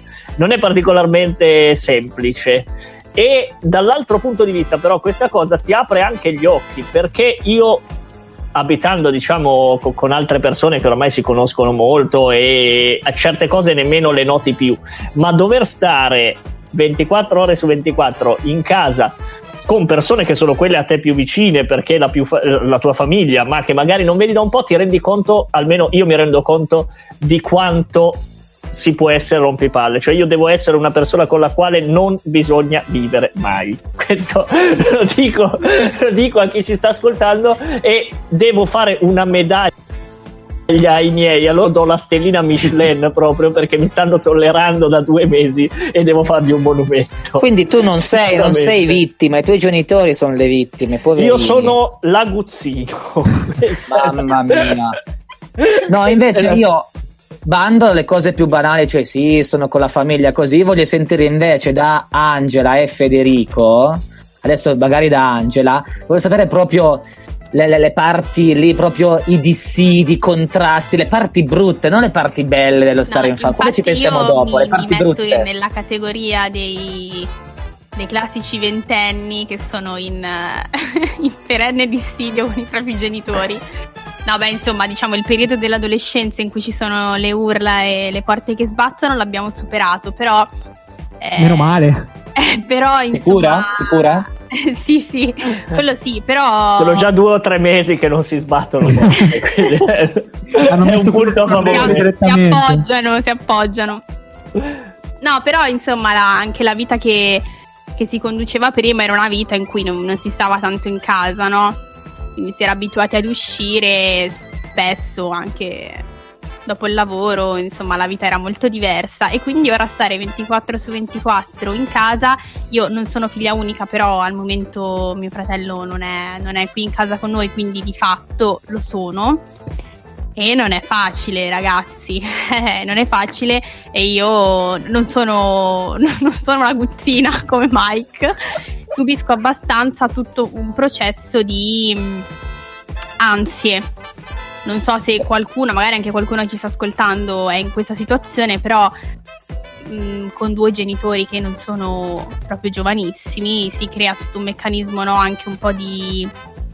S2: semplice. E dall'altro punto di vista però questa cosa ti apre anche gli occhi, perché io, abitando diciamo con altre persone che ormai si conoscono molto e a certe cose nemmeno le noti più, ma dover stare 24 ore su 24 in casa con persone che sono quelle a te più vicine, perché la tua famiglia, ma che magari non vedi da un po', ti rendi conto, almeno io mi rendo conto, di quanto si può essere rompipalle. Cioè io devo essere una persona con la quale non bisogna vivere mai, questo lo dico a chi ci sta ascoltando, e devo fare una medaglia ai miei, allora do la stellina Michelin proprio perché mi stanno tollerando da 2 mesi e devo fargli un monumento.
S5: Quindi tu non sei vittima, i tuoi genitori sono le vittime, poverini.
S2: Io sono l'aguzzino.
S5: Mamma mia. No, invece io bando le cose più banali, cioè sì, sono con la famiglia così. Voglio sentire invece da Angela e Federico, adesso magari da Angela, voglio sapere proprio le parti lì, proprio i dissidi, i contrasti, le parti brutte, non le parti belle dello stare in famiglia. Poi ci pensiamo dopo, le parti brutte.
S3: Mi metto nella categoria dei classici ventenni che sono in perenne dissidio con i propri genitori. No, beh, insomma, diciamo il periodo dell'adolescenza in cui ci sono le urla e le porte che sbattono l'abbiamo superato, però
S4: meno male.
S3: Però insomma,
S5: Sicura?
S3: Sì, quello sì, però
S2: sono già 2 o 3 mesi che non si sbattono quindi
S4: hanno messo un punto a favore,
S3: si appoggiano. No, però insomma anche la vita che si conduceva prima era una vita in cui non si stava tanto in casa, no? Quindi si era abituati ad uscire spesso anche dopo il lavoro, insomma la vita era molto diversa, e quindi ora stare 24 su 24 in casa. Io non sono figlia unica, però al momento mio fratello non è qui in casa con noi, quindi di fatto lo sono, e non è facile, ragazzi. Non è facile, e io non sono una guzzina come Mike. Subisco abbastanza tutto un processo di ansie. Non so se qualcuno, magari anche qualcuno che ci sta ascoltando, è in questa situazione, però con 2 genitori che non sono proprio giovanissimi si crea tutto un meccanismo, no? Anche un po' di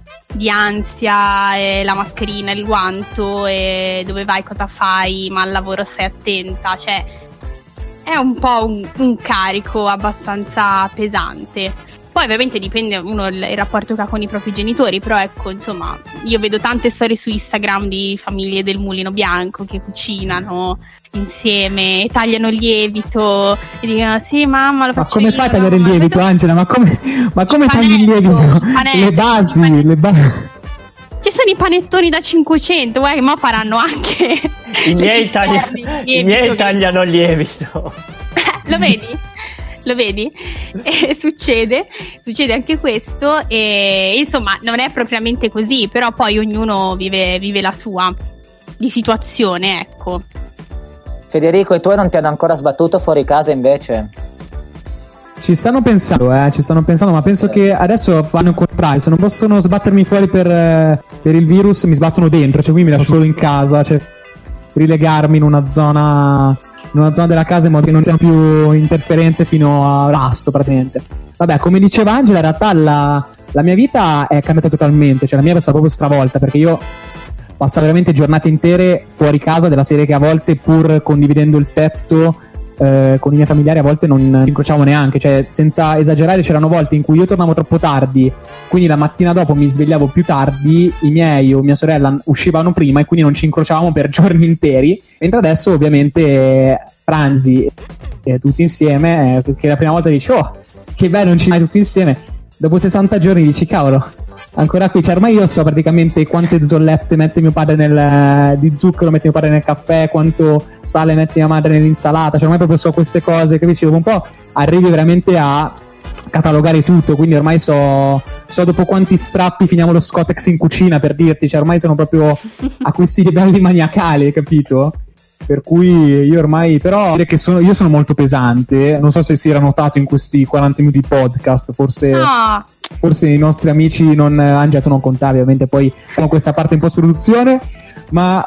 S3: ansia, e la mascherina, il guanto, e dove vai, cosa fai, ma al lavoro stai attenta, cioè è un po' un carico abbastanza pesante. Poi ovviamente dipende uno il rapporto che ha con i propri genitori, però ecco, insomma, io vedo tante storie su Instagram di famiglie del Mulino Bianco che cucinano insieme, tagliano il lievito e dicono sì mamma lo faccio io.
S4: Ma come fai a tagliare il lievito, Angela? Ma come tagli il lievito? Le basi.
S3: Ci sono i panettoni da 500, guarda che mo faranno anche
S2: i miei tagliano il lievito. Lo vedi? E succede anche questo, e insomma non è propriamente così, però poi ognuno vive la sua di situazione, ecco.
S5: Federico, i tuoi non ti hanno ancora sbattuto fuori casa invece?
S4: Ci stanno pensando, ma penso che adesso fanno un contrario. Se non possono sbattermi fuori per il virus, mi sbattono dentro, cioè qui mi lascio solo in casa, cioè rilegarmi in una zona della casa in modo che non siano più interferenze fino a Rasto praticamente. Vabbè, come diceva Angela, in realtà la mia vita è cambiata totalmente, cioè la mia è stata proprio stravolta, perché io passavo veramente giornate intere fuori casa, della serie che a volte, pur condividendo il tetto con i miei familiari, a volte non incrociavo neanche, cioè senza esagerare c'erano volte in cui io tornavo troppo tardi, quindi la mattina dopo mi svegliavo più tardi, i miei o mia sorella uscivano prima e quindi non ci incrociavamo per giorni interi, mentre adesso ovviamente pranzi tutti insieme, che la prima volta dici oh che bello, non ci mai tutti insieme, dopo 60 giorni dici cavolo, ancora qui, cioè ormai io so praticamente quante zollette mette mio padre di zucchero mette mio padre nel caffè, quanto sale mette mia madre nell'insalata, cioè ormai proprio so queste cose, capisci? Dopo un po' arrivi veramente a catalogare tutto, quindi ormai so dopo quanti strappi finiamo lo Scottex in cucina, per dirti, cioè ormai sono proprio a questi livelli maniacali, capito? Per cui io ormai, però dire che io sono molto pesante, non so se si era notato in questi 40 minuti di podcast, forse i nostri amici Angela, tu non contavi, ovviamente poi con questa parte in post-produzione, ma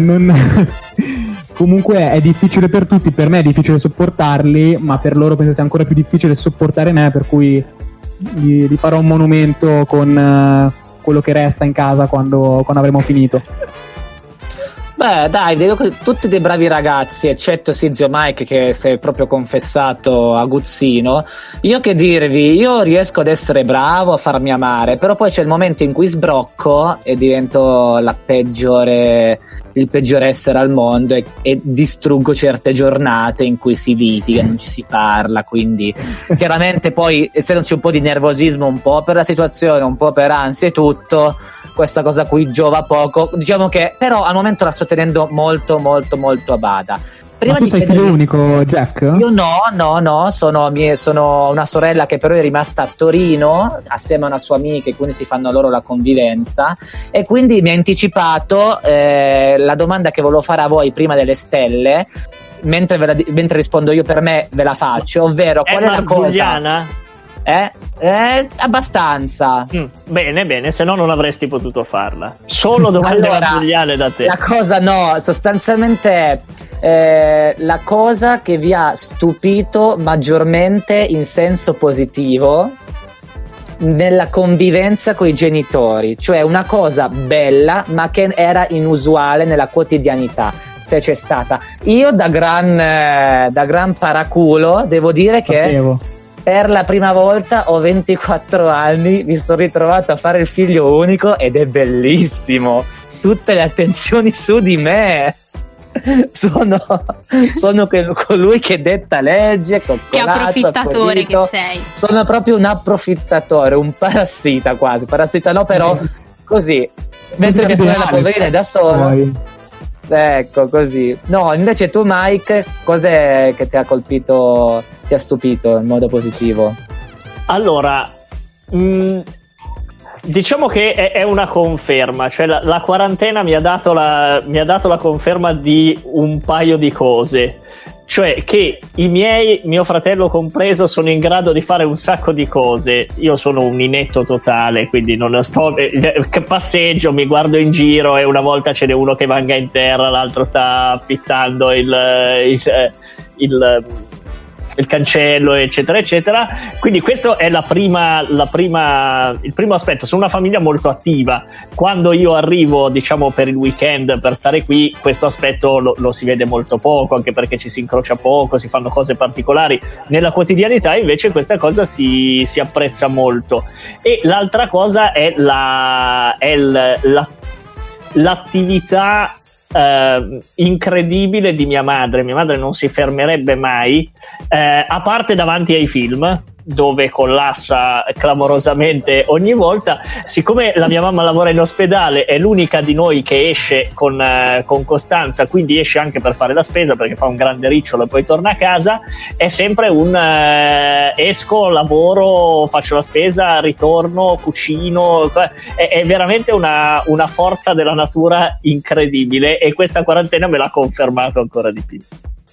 S4: comunque è difficile per tutti, per me è difficile sopportarli, ma per loro penso sia ancora più difficile sopportare me, per cui gli farò un monumento con quello che resta in casa quando avremo finito.
S5: Beh, dai, vedo che tutti dei bravi ragazzi, eccetto Zio Mike che si è proprio confessato aguzzino. Io che dirvi, io riesco ad essere bravo, a farmi amare, però poi c'è il momento in cui sbrocco e divento il peggior essere al mondo e distruggo certe giornate in cui si litiga, non ci si parla, quindi chiaramente poi essendoci un po' di nervosismo, un po' per la situazione, un po' per ansia e tutto, questa cosa qui giova poco, diciamo che però al momento la sto tenendo molto molto molto a bada.
S4: Ma tu sei figlio unico, Jack?
S5: Io no, sono una sorella che però è rimasta a Torino assieme a una sua amica e quindi si fanno loro la convivenza, e quindi mi ha anticipato la domanda che volevo fare a voi prima delle stelle, mentre rispondo io per me ve la faccio, ovvero qual è la cosa? Giuliana? Abbastanza.
S2: Bene, se no non avresti potuto farla. Solo domande marziali da te.
S5: La cosa sostanzialmente la cosa che vi ha stupito maggiormente in senso positivo nella convivenza coi genitori, cioè una cosa bella ma che era inusuale nella quotidianità, se c'è stata. Io da gran paraculo devo dire che per la prima volta ho 24 anni, mi sono ritrovato a fare il figlio unico ed è bellissimo. Tutte le attenzioni su di me. Sono colui che detta legge,
S3: che approfittatore che sei.
S5: Sono proprio un approfittatore, un parassita quasi. Parassita no, però così. Mentre che sei la poverina da sola. Ecco, così. No, invece tu, Mike, cos'è che ti ha colpito, ti ha stupito in modo positivo?
S2: Allora, diciamo che è una conferma, cioè la quarantena mi ha dato la conferma di un paio di cose, cioè che mio fratello compreso, sono in grado di fare un sacco di cose. Io sono un inetto totale, quindi non sto passeggio, mi guardo in giro e una volta ce n'è uno che vanga in terra, l'altro sta affittando il cancello, eccetera eccetera. Quindi questo è il primo aspetto. Sono una famiglia molto attiva. Quando io arrivo, diciamo, per il weekend, per stare qui, questo aspetto lo si vede molto poco, anche perché ci si incrocia poco, si fanno cose particolari. Nella quotidianità invece questa cosa si apprezza molto. E l'altra cosa è l'attività incredibile di mia madre non si fermerebbe mai, a parte davanti ai film, dove collassa clamorosamente ogni volta. Siccome la mia mamma lavora in ospedale, è l'unica di noi che esce con costanza, quindi esce anche per fare la spesa, perché fa un grande ricciolo e poi torna a casa. È sempre esco, lavoro, faccio la spesa, ritorno, cucino. È veramente una forza della natura incredibile, e questa quarantena me l'ha confermato ancora di più.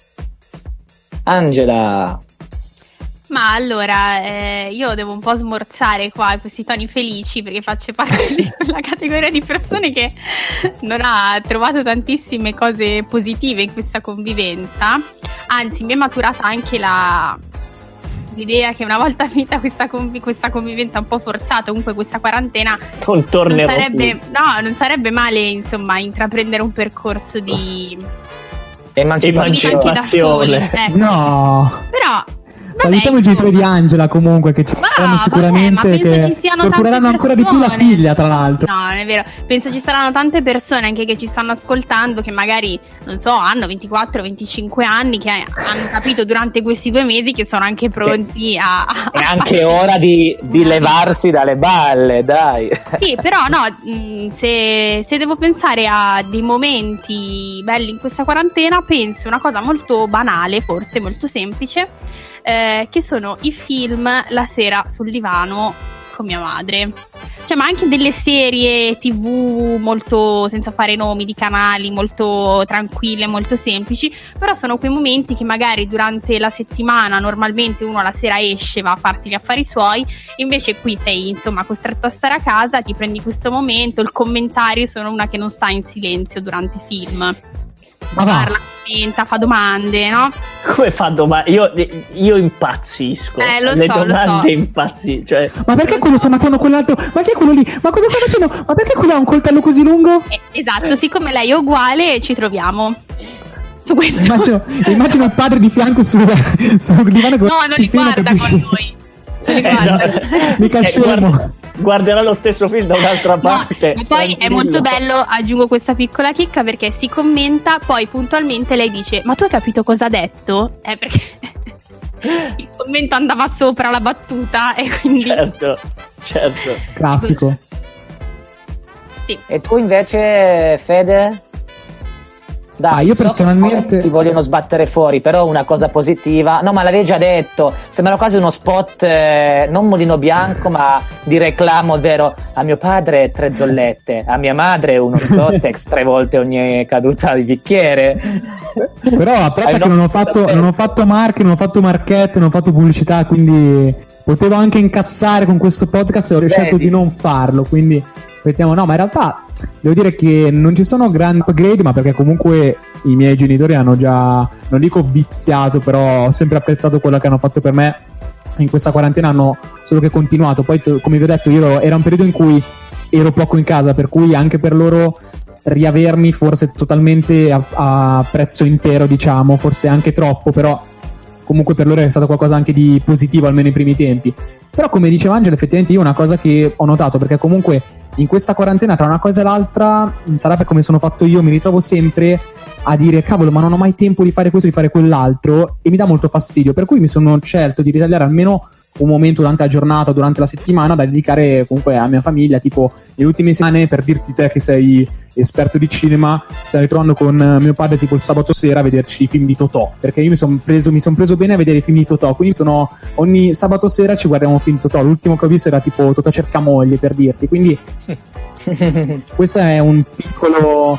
S5: Angela.
S3: Ma allora, io devo un po' smorzare qua questi toni felici, perché faccio parte di quella categoria di persone che non ha trovato tantissime cose positive in questa convivenza. Anzi, mi è maturata anche l'idea che una volta finita questa convivenza un po' forzata, comunque questa quarantena, non sarebbe male, insomma, intraprendere un percorso di
S5: emancipazione
S3: anche da soli, ecco.
S4: No,
S3: però
S4: salutiamo i genitori di Angela, comunque, che ci saranno sicuramente, che tortureranno ancora di più la figlia, tra l'altro.
S3: No, non è vero. Penso ci saranno tante persone anche che ci stanno ascoltando, che magari, non so, hanno 24-25 anni, che hanno capito durante questi 2 mesi che sono anche pronti a
S5: è anche ora di levarsi dalle balle, dai.
S3: Sì, però no, se devo pensare a dei momenti belli in questa quarantena, penso una cosa molto banale, forse molto semplice. che sono i film la sera sul divano con mia madre. Cioè, ma anche delle serie TV molto, senza fare nomi di canali, molto tranquille, molto semplici, però sono quei momenti che magari durante la settimana normalmente uno la sera esce, va a farsi gli affari suoi, invece qui sei insomma costretto a stare a casa, ti prendi questo momento, il commentario, sono una che non sta in silenzio durante i film. Parla, commenta, fa domande, no?
S2: Come fa domande? Io impazzisco. Le domande impazzisco. Cioè...
S4: Ma perché quello sta ammazzando quell'altro? Ma chi è quello lì? Ma cosa sta facendo? Ma perché quello ha un coltello così lungo?
S3: Esatto, siccome lei è uguale, ci troviamo su questo.
S4: Immagino il padre di fianco sul divano.
S3: No, non li guarda con noi. Non li guarda.
S4: Mica scemo.
S2: Guarderà lo stesso film da un'altra parte.
S3: E poi è molto bello, aggiungo questa piccola chicca, perché si commenta, poi puntualmente lei dice: ma tu hai capito cosa ha detto? Perché il commento andava sopra la battuta e quindi
S2: certo.
S4: Classico.
S3: Sì.
S5: E tu invece, Fede? Dai,
S4: io personalmente
S5: ti vogliono sbattere fuori, però una cosa positiva. No, ma l'avevi già detto. Sembra quasi uno spot, non Mulino Bianco, ma di reclamo, ovvero: a mio padre 3 zollette, a mia madre uno Scottex 3 volte ogni caduta di bicchiere.
S4: Però apprezza che non ho fatto marche, non ho fatto marchette, non ho fatto pubblicità, quindi potevo anche incassare con questo podcast e ho scelto di non farlo, quindi vediamo. No, ma in realtà devo dire che non ci sono grandi upgrade, ma perché comunque i miei genitori hanno già, non dico viziato, però ho sempre apprezzato quello che hanno fatto per me in questa quarantena, hanno solo che continuato. Poi come vi ho detto, era un periodo in cui ero poco in casa, per cui anche per loro riavermi forse totalmente a prezzo intero, diciamo, forse anche troppo, però comunque per loro è stato qualcosa anche di positivo, almeno nei primi tempi. Però come diceva Angela, effettivamente io una cosa che ho notato, perché comunque in questa quarantena tra una cosa e l'altra, sarà per come sono fatto io, mi ritrovo sempre a dire: cavolo, ma non ho mai tempo di fare questo, di fare quell'altro, e mi dà molto fastidio, per cui mi sono scelto di ritagliare almeno un momento durante la giornata, durante la settimana, da dedicare comunque alla mia famiglia. Tipo le ultime settimane, per dirti te che sei esperto di cinema, stai ritrovando con mio padre tipo il sabato sera a vederci i film di Totò, perché io mi son preso bene a vedere i film di Totò, quindi ogni sabato sera ci guardiamo un film di Totò. L'ultimo che ho visto era tipo Totò cerca moglie, per dirti, quindi questo è un piccolo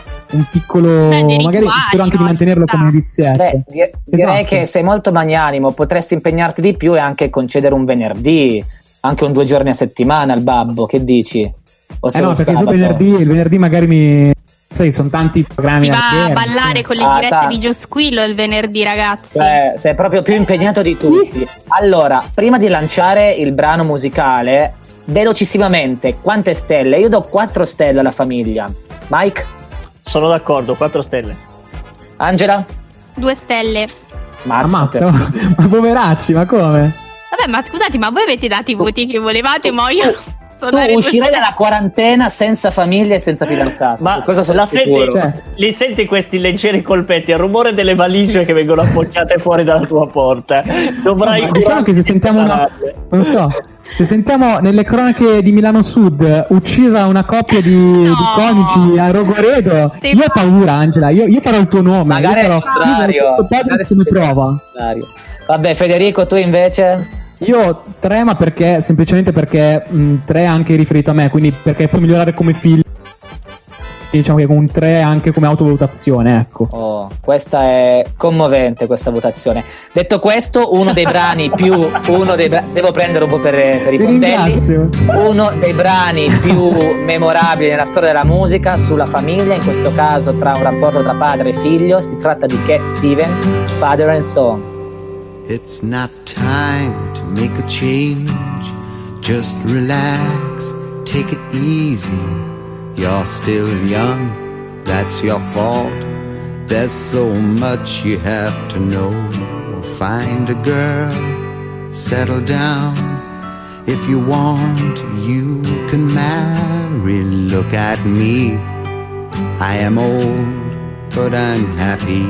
S4: magari spero anche di mantenerlo come vizietto.
S5: Direi che sei molto magnanimo, potresti impegnarti di più e anche concedere un venerdì, anche un 2 giorni a settimana al babbo, che dici?
S4: No, perché il venerdì magari sono tanti programmi.
S3: Si va a ballare con le dirette di Giosquillo il venerdì, ragazzi.
S5: Sei proprio più impegnato di tutti. Allora, prima di lanciare il brano musicale, velocissimamente, quante stelle? Io do 4 stelle alla famiglia. Mike?
S2: Sono d'accordo, 4 stelle.
S5: Angela?
S3: 2 stelle.
S4: Ammazza, ma poveracci, ma come?
S3: Vabbè, ma scusate, ma voi avete dato i voti che volevate, ma io
S5: tu uscirai dalla quarantena senza famiglia e senza fidanzato.
S2: Ma cosa sono li senti questi leggeri colpetti, il rumore delle valigie che vengono appoggiate fuori dalla tua porta. Dovrai
S4: diciamo che se sentiamo non so, se sentiamo nelle cronache di Milano Sud uccisa una coppia di coniugi a Rogoredo, io ho paura, Angela, io farò il tuo nome,
S5: magari
S4: io questo podcast come prova.
S5: Vabbè, Federico, tu invece?
S4: Io 3, ma perché semplicemente perché 3 anche riferito a me, quindi perché puoi migliorare come film, diciamo che con un 3 anche come autovalutazione, ecco.
S5: Questa è commovente, questa votazione. Detto questo, uno dei brani devo prendere un po' per i fondelli. Uno dei brani più memorabili nella storia della musica sulla famiglia, in questo caso tra un rapporto tra padre e figlio, si tratta di Cat Stevens, Father and Son.
S7: It's not time to make a change. Just relax, take it easy. You're still young, that's your fault. There's so much you have to know. Find a girl, settle down. If you want, you can marry. Look at me, I am old, but I'm happy.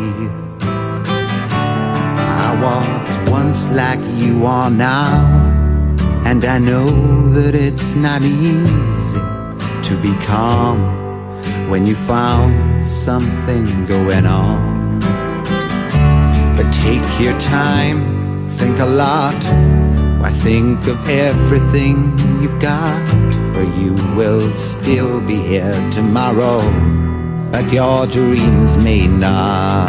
S7: I was once like you are now, and I know that it's not easy to be calm when you found something going on. But take your time, think a lot. Why think of everything you've got, for you will still be here tomorrow, but your dreams may not.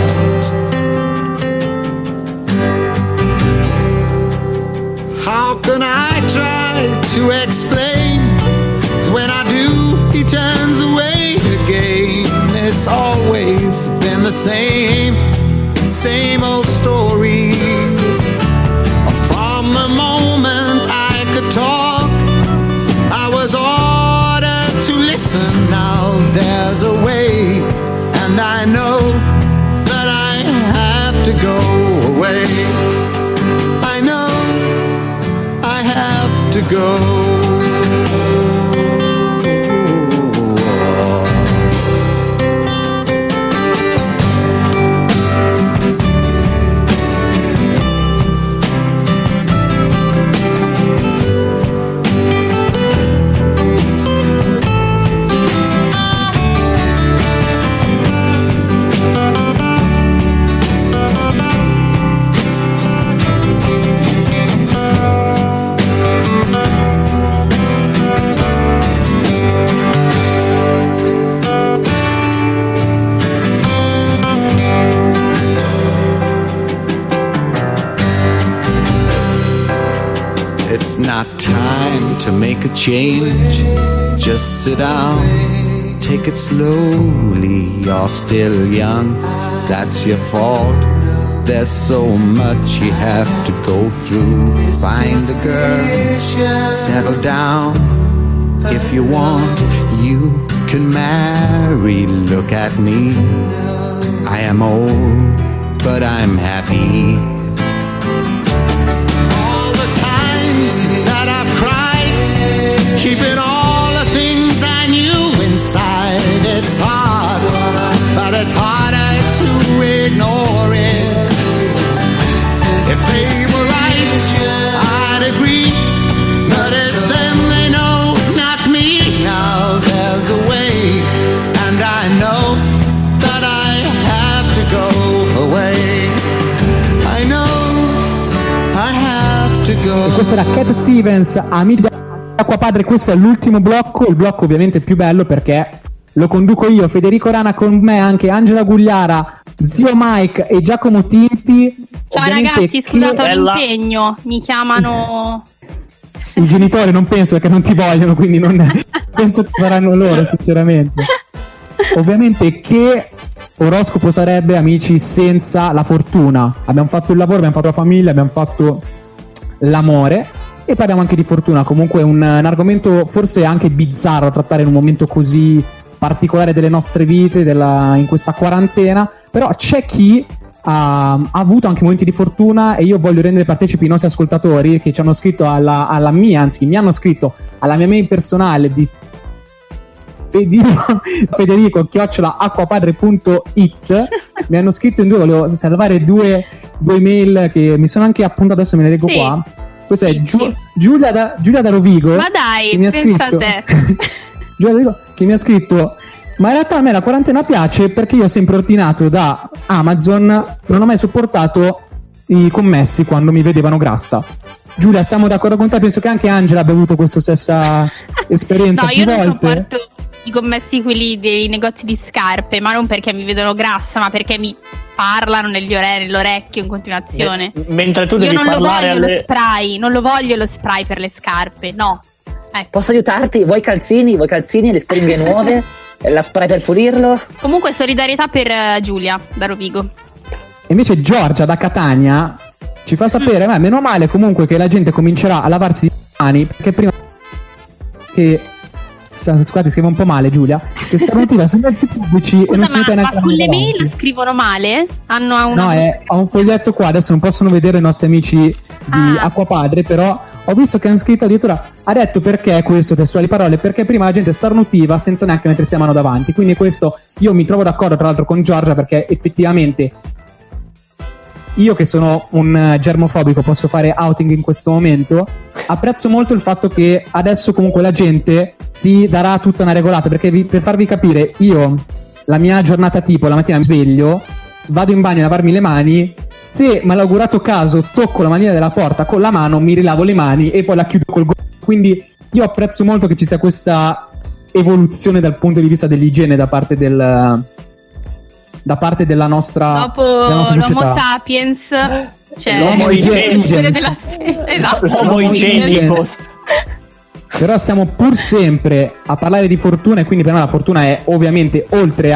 S7: How can I try to explain? When I do, he turns away again. It's always been the same old story. From the moment I could talk, I was ordered to listen. Now there's a way, and I know that I have to go away. I know I have to go. It's not time to make a change. Just sit down, take it slowly. You're still young, that's your fault. There's so much you have to go through. Find a girl, settle down. If you want, you can marry. Look at me, I am old, but I'm happy. That I've cried, keeping all the things I knew inside. It's hard, but it's harder to ignore it. If they were right, I'd agree, but it's them they know, not me. Now there's a way, and I know that I have to go away. I know I have to go.
S4: E questa era Cat Stevens, amici di Acquapadre. Questo è l'ultimo blocco, il blocco ovviamente più bello perché lo conduco io, Federico Rana, con me anche Angela Gugliara, zio Mike e Giacomo Tinti.
S3: Ciao
S4: Ovviamente
S3: ragazzi, scusate l'impegno, mi chiamano
S4: i genitori, non penso, perché non ti vogliono, quindi non penso che saranno loro sinceramente. Ovviamente che oroscopo sarebbe, amici, senza la fortuna? Abbiamo fatto il lavoro, abbiamo fatto la famiglia, abbiamo fatto l'amore e parliamo anche di fortuna. Comunque un argomento forse anche bizzarro da trattare in un momento così particolare delle nostre vite, in questa quarantena, però c'è chi ha avuto anche momenti di fortuna e io voglio rendere partecipi i nostri ascoltatori che ci hanno scritto alla mia, anzi mi hanno scritto alla mia mail personale di Federico@acquapadre.it. Mi hanno scritto in due, volevo salvare due mail che mi sono anche appunto, adesso me ne leggo qua. Questa è Giulia da Rovigo.
S3: Ma dai,
S4: che mi ha scritto,
S3: te.
S4: Giulia da Rovigo, che mi ha scritto: ma in realtà a me la quarantena piace perché io ho sempre ordinato da Amazon, non ho mai sopportato i commessi quando mi vedevano grassa. Giulia, siamo d'accordo con te? Penso che anche Angela abbia avuto questa stessa esperienza.
S3: No,
S4: più
S3: io
S4: volte.
S3: non sopporto i commessi, quelli dei negozi di scarpe, ma non perché mi vedono grassa, ma perché mi parlano nell'orecchio in continuazione.
S2: Mentre tu devi parlare
S3: non lo voglio lo spray per le scarpe, no. Ecco.
S5: Posso aiutarti? Vuoi calzini, le stringhe nuove, la spray per pulirlo?
S3: Comunque solidarietà per Giulia da Rovigo.
S4: Invece Giorgia da Catania ci fa sapere, meno male comunque che la gente comincerà a lavarsi le mani, perché prima che scusate, scrivo un po' male Giulia, che stamattina sui mezzi pubblici.
S3: Scusa,
S4: e non si mette
S3: ma sulle mail scrivono male?
S4: Ho un foglietto qua, adesso non possono vedere i nostri amici di Acquapadre, però ho visto che hanno scritto addirittura, ha detto perché questo, testuali parole, perché prima la gente starnutiva senza neanche mettersi la mano davanti, quindi questo io mi trovo d'accordo tra l'altro con Giorgia, perché effettivamente io che sono un germofobico posso fare outing in questo momento. Apprezzo molto il fatto che adesso comunque la gente si darà tutta una regolata, perché per farvi capire, io la mia giornata tipo la mattina mi sveglio, vado in bagno a lavarmi le mani, se malaugurato caso tocco la manina della porta con la mano, mi rilavo le mani e poi la chiudo col gomito. Quindi io apprezzo molto che ci sia questa evoluzione dal punto di vista dell'igiene da parte della nostra,
S3: dopo
S4: della nostra società.
S3: l'Homo sapiens, cioè
S4: L'Homo
S3: esatto.
S2: L'uomo igienico.
S4: Però siamo pur sempre a parlare di fortuna, e quindi per noi la fortuna è ovviamente oltre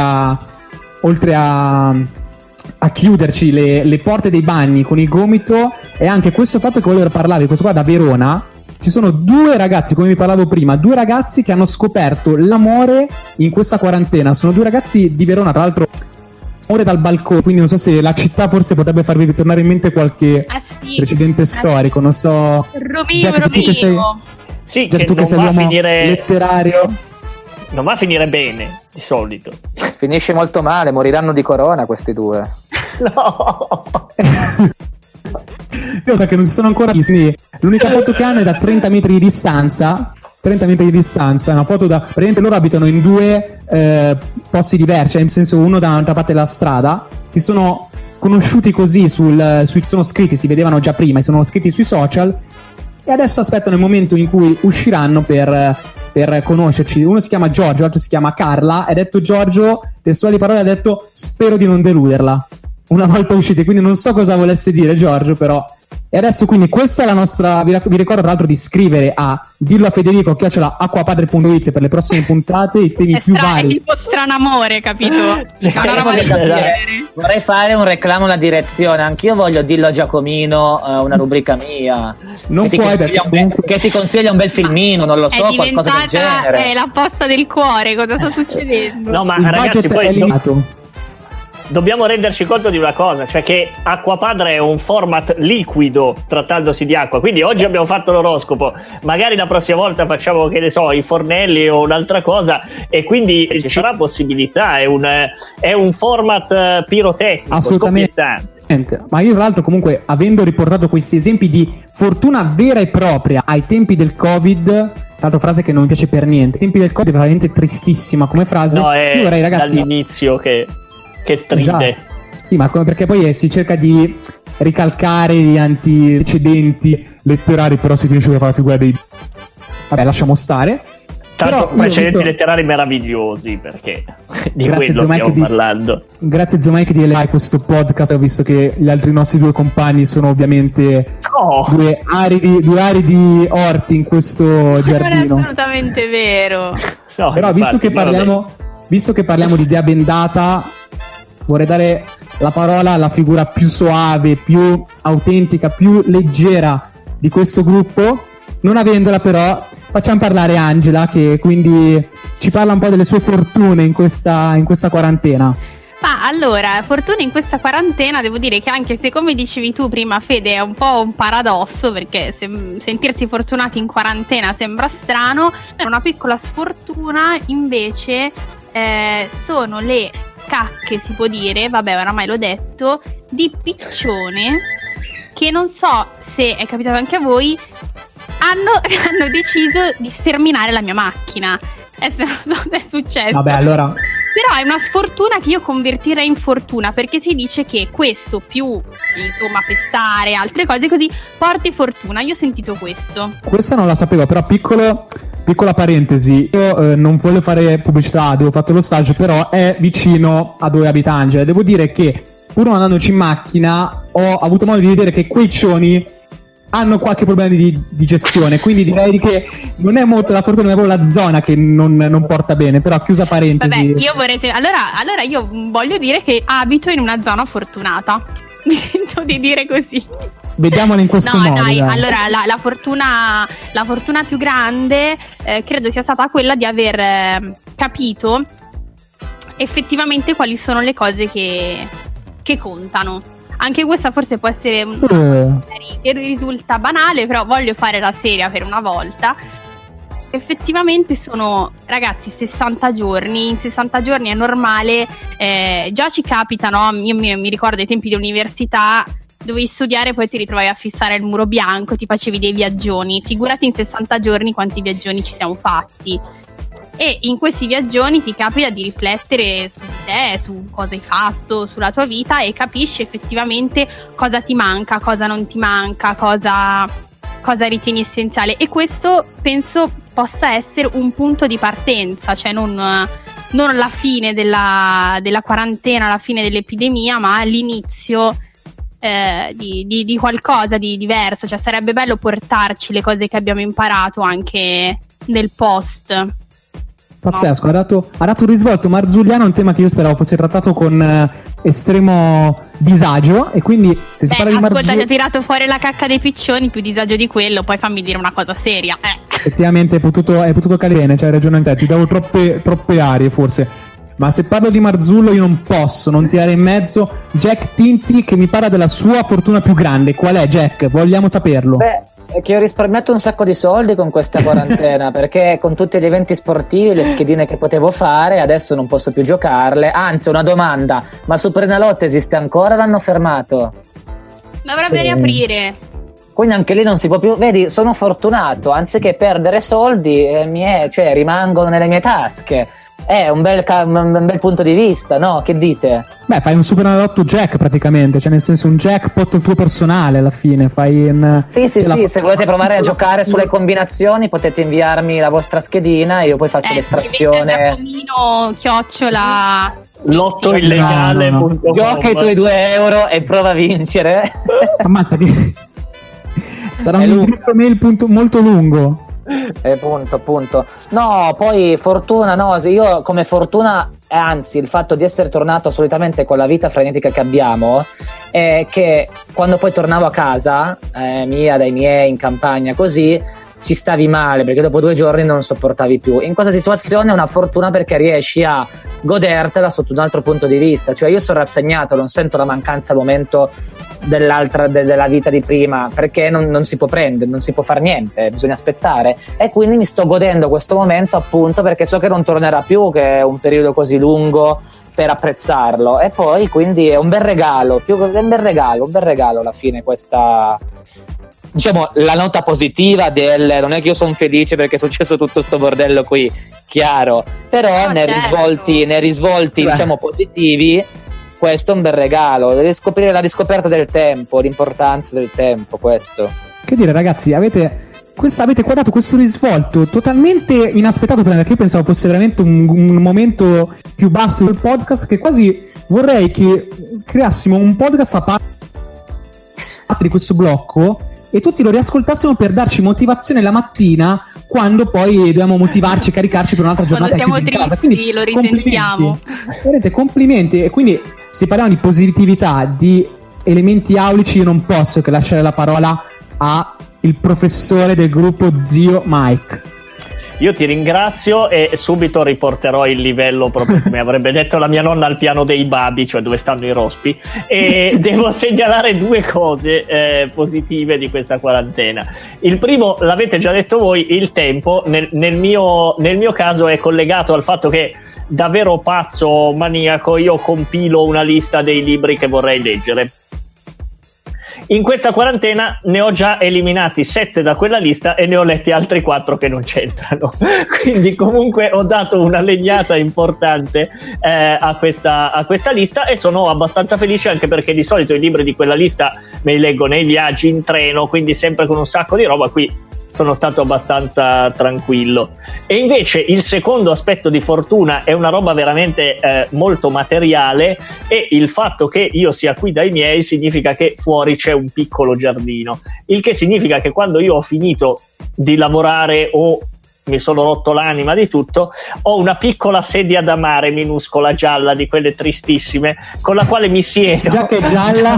S4: a chiuderci le porte dei bagni con il gomito, è anche questo fatto che volevo parlarvi, questo qua da Verona. Ci sono 2 ragazzi, come vi parlavo prima, 2 ragazzi che hanno scoperto l'amore in questa quarantena. Sono 2 ragazzi di Verona, tra l'altro amore dal balcone, quindi non so se la città forse potrebbe farvi ritornare in mente qualche precedente storico, non so.
S3: Romeo.
S2: Sì,
S4: Già
S2: che
S4: tu che
S2: non
S4: sei
S2: va a
S4: l'uomo
S2: finire
S4: letterario.
S2: Non va a finire bene, di solito.
S5: Finisce molto male, moriranno di corona questi 2.
S2: No!
S4: Io so che non si sono ancora visti. L'unica foto che hanno è da 30 metri di distanza. 30 metri di distanza, una foto da. Praticamente loro abitano in 2 posti diversi, cioè nel senso uno da un'altra parte della strada. Si sono conosciuti così, sono scritti, si vedevano già prima, si sono scritti sui social. E adesso aspettano il momento in cui usciranno per conoscerci. Uno si chiama Giorgio, l'altro si chiama Carla. E ha detto Giorgio, testuali parole, ha detto: spero di non deluderla una volta usciti. Quindi non so cosa volesse dire Giorgio, però. E adesso quindi questa è la nostra. Vi ricordo tra l'altro di scrivere a dillo a Federico @acquapadre.it per le prossime puntate, i temi più vari.
S3: È tipo stranamore, capito?
S5: Vorrei fare un reclamo alla direzione. Anch'io voglio dillo a Giacomino, una rubrica mia.
S4: Non puoi,
S5: che ti consiglia un bel filmino, non lo so, qualcosa del genere.
S3: È la posta del cuore, cosa sta succedendo?
S2: No, ma
S4: il
S2: ragazzi,
S4: budget
S2: poi
S4: è limitato.
S2: dobbiamo renderci conto di una cosa, cioè che Acquapadre è un format liquido trattandosi di acqua, quindi oggi abbiamo fatto l'oroscopo, magari la prossima volta facciamo, che ne so, i fornelli o un'altra cosa, e quindi ci sarà possibilità, è un format pirotecnico,
S4: assolutamente. Ma io tra l'altro comunque, avendo riportato questi esempi di fortuna vera e propria ai tempi del Covid, l'altra frase che non mi piace per niente, ai tempi del Covid è veramente tristissima come frase.
S2: No, è
S4: io vorrei, ragazzi,
S2: dall'inizio che stride.
S4: Esatto. Sì, ma perché poi si cerca di ricalcare gli antecedenti letterari, però si finisce per fare la figura dei. Vabbè, lasciamo stare.
S2: Tanto precedenti letterari meravigliosi, perché di
S4: grazie
S2: quello stiamo parlando.
S4: Grazie Zio Mike di elevare questo podcast, ho visto che gli altri nostri 2 compagni sono ovviamente due aridi orti in questo giardino.
S3: Non è assolutamente vero.
S2: No,
S4: però
S2: infatti,
S4: visto che parliamo di idea bendata, vorrei dare la parola alla figura più soave, più autentica, più leggera di questo gruppo. Non avendola però, facciamo parlare Angela, che quindi ci parla un po' delle sue fortune in questa quarantena.
S3: Ma allora, fortuna in questa quarantena, devo dire che anche se, come dicevi tu prima Fede, è un po' un paradosso, perché sentirsi fortunati in quarantena sembra strano, una piccola sfortuna invece sono le cacche, si può dire, vabbè oramai l'ho detto, di piccione, che non so se è capitato anche a voi, hanno deciso di sterminare la mia macchina. Non è successo.
S4: Vabbè, allora.
S3: Però è una sfortuna che io convertirei in fortuna, perché si dice che questo più, insomma, pestare, altre cose così, porti fortuna. Io ho sentito questo.
S4: Questa non la sapevo, però piccola parentesi, io non voglio fare pubblicità dove ho fatto lo stage, però è vicino a dove abita Angela. Devo dire che pur non andandoci in macchina ho avuto modo di vedere che quei cioni hanno qualche problema di gestione, quindi direi che non è molto la fortuna, ma è proprio la zona che non porta bene. Però chiusa parentesi.
S3: Vabbè, io vorrei allora io voglio dire che abito in una zona fortunata. Mi sento di dire così.
S4: Vediamola in questo modo.
S3: Dai. Allora la fortuna più grande credo sia stata quella di aver capito effettivamente quali sono le cose che contano. Anche questa forse può essere che risulta banale, però voglio fare la seria per una volta. Effettivamente sono, ragazzi, 60 giorni. In 60 giorni è normale, già ci capita, no? Io mi ricordo ai tempi di università, dovevi studiare, poi ti ritrovavi a fissare il muro bianco, ti facevi dei viaggioni. Figurati in 60 giorni quanti viaggioni ci siamo fatti. e in questi viaggioni ti capita di riflettere su te, su cosa hai fatto, sulla tua vita, e capisci effettivamente cosa ti manca, cosa non ti manca, cosa ritieni essenziale, e questo penso possa essere un punto di partenza, cioè non la fine della quarantena, la fine dell'epidemia, ma l'inizio di qualcosa di diverso. Cioè sarebbe bello portarci le cose che abbiamo imparato anche nel post.
S4: Pazzesco, no? ha dato un risvolto Marzulliano, un tema che io speravo fosse trattato con estremo disagio, e quindi se si parla di
S3: Marzulliano, ascolta, ti ho tirato fuori la cacca dei piccioni, più disagio di quello, poi fammi dire una cosa seria.
S4: Effettivamente hai potuto cadere bene, c'hai ragione te, ti davo troppe arie forse. Ma se parlo di Marzullo io non posso non tirare in mezzo Jack Tinti, che mi parla della sua fortuna più grande. Qual è, Jack? Vogliamo saperlo.
S5: Beh, è che ho risparmiato un sacco di soldi con questa quarantena perché con tutti gli eventi sportivi, le schedine che potevo fare, adesso non posso più giocarle. Anzi, una domanda: ma Superenalotto esiste ancora? L'hanno fermato?
S3: Dovrebbe riaprire.
S5: Quindi anche lì non si può più. Vedi, sono fortunato, anziché perdere soldi cioè rimangono nelle mie tasche. È un bel punto di vista, no? Che dite?
S4: Beh, fai un Superenalotto Jack praticamente, cioè nel senso un jackpot tuo personale alla fine. Fai un...
S5: Sì, se volete provare a giocare sulle combinazioni potete inviarmi la vostra schedina e io poi faccio l'estrazione.
S3: Chiocciola
S2: Lotto illegale.
S4: No.
S5: Gioca i tuoi 2 euro e prova a vincere.
S4: Ammazza che... sarà un indirizzo mail molto lungo.
S5: Punto. No, poi fortuna, no, io come fortuna, anzi il fatto di essere tornato solitamente con la vita frenetica che abbiamo, è che quando poi tornavo a casa mia, dai miei, in campagna, così ci stavi male perché dopo 2 giorni non sopportavi più. In questa situazione è una fortuna perché riesci a godertela sotto un altro punto di vista, cioè io sono rassegnato, non sento la mancanza al momento della vita di prima, perché non si può prendere, non si può fare niente, bisogna aspettare, e quindi mi sto godendo questo momento appunto perché so che non tornerà più, che è un periodo così lungo per apprezzarlo. E poi quindi è un bel regalo, un bel regalo alla fine questa, diciamo, la nota positiva non è che io sono felice perché è successo tutto sto bordello qui, chiaro, però nei risvolti diciamo positivi, questo è un bel regalo, devi scoprire la riscoperta del tempo, l'importanza del tempo, questo.
S4: Che dire, ragazzi, avete guardato questo risvolto totalmente inaspettato per me, perché io pensavo fosse veramente un momento più basso del podcast, che quasi vorrei che creassimo un podcast a parte di questo blocco e tutti lo riascoltassimo per darci motivazione la mattina, quando poi dobbiamo motivarci e caricarci per un'altra giornata
S3: quando
S4: chiusi in
S3: siamo
S4: casa.
S3: tristi, lo risentiamo.
S4: Complimenti. E quindi se parliamo di positività, di elementi aulici, io non posso che lasciare la parola a il professore del gruppo Zio Mike.
S2: Io ti ringrazio e subito riporterò il livello, proprio come avrebbe detto la mia nonna, al piano dei babi, cioè dove stanno i rospi, e devo segnalare 2 cose positive di questa quarantena. Il primo, l'avete già detto voi, il tempo. Nel mio caso è collegato al fatto che, davvero pazzo maniaco, io compilo una lista dei libri che vorrei leggere. In questa quarantena ne ho già eliminati 7 da quella lista e ne ho letti altri 4 che non c'entrano. Quindi comunque ho dato una legnata importante a questa lista, e sono abbastanza felice, anche perché di solito i libri di quella lista me li leggo nei viaggi, in treno, quindi sempre con un sacco di roba. Qui sono stato abbastanza tranquillo. E invece il secondo aspetto di fortuna è una roba veramente molto materiale, e il fatto che io sia qui dai miei significa che fuori c'è un piccolo giardino, il che significa che quando io ho finito di lavorare o mi sono rotto l'anima di tutto, ho una piccola sedia da mare minuscola gialla, di quelle tristissime, con la quale mi siedo.
S4: Già che è gialla.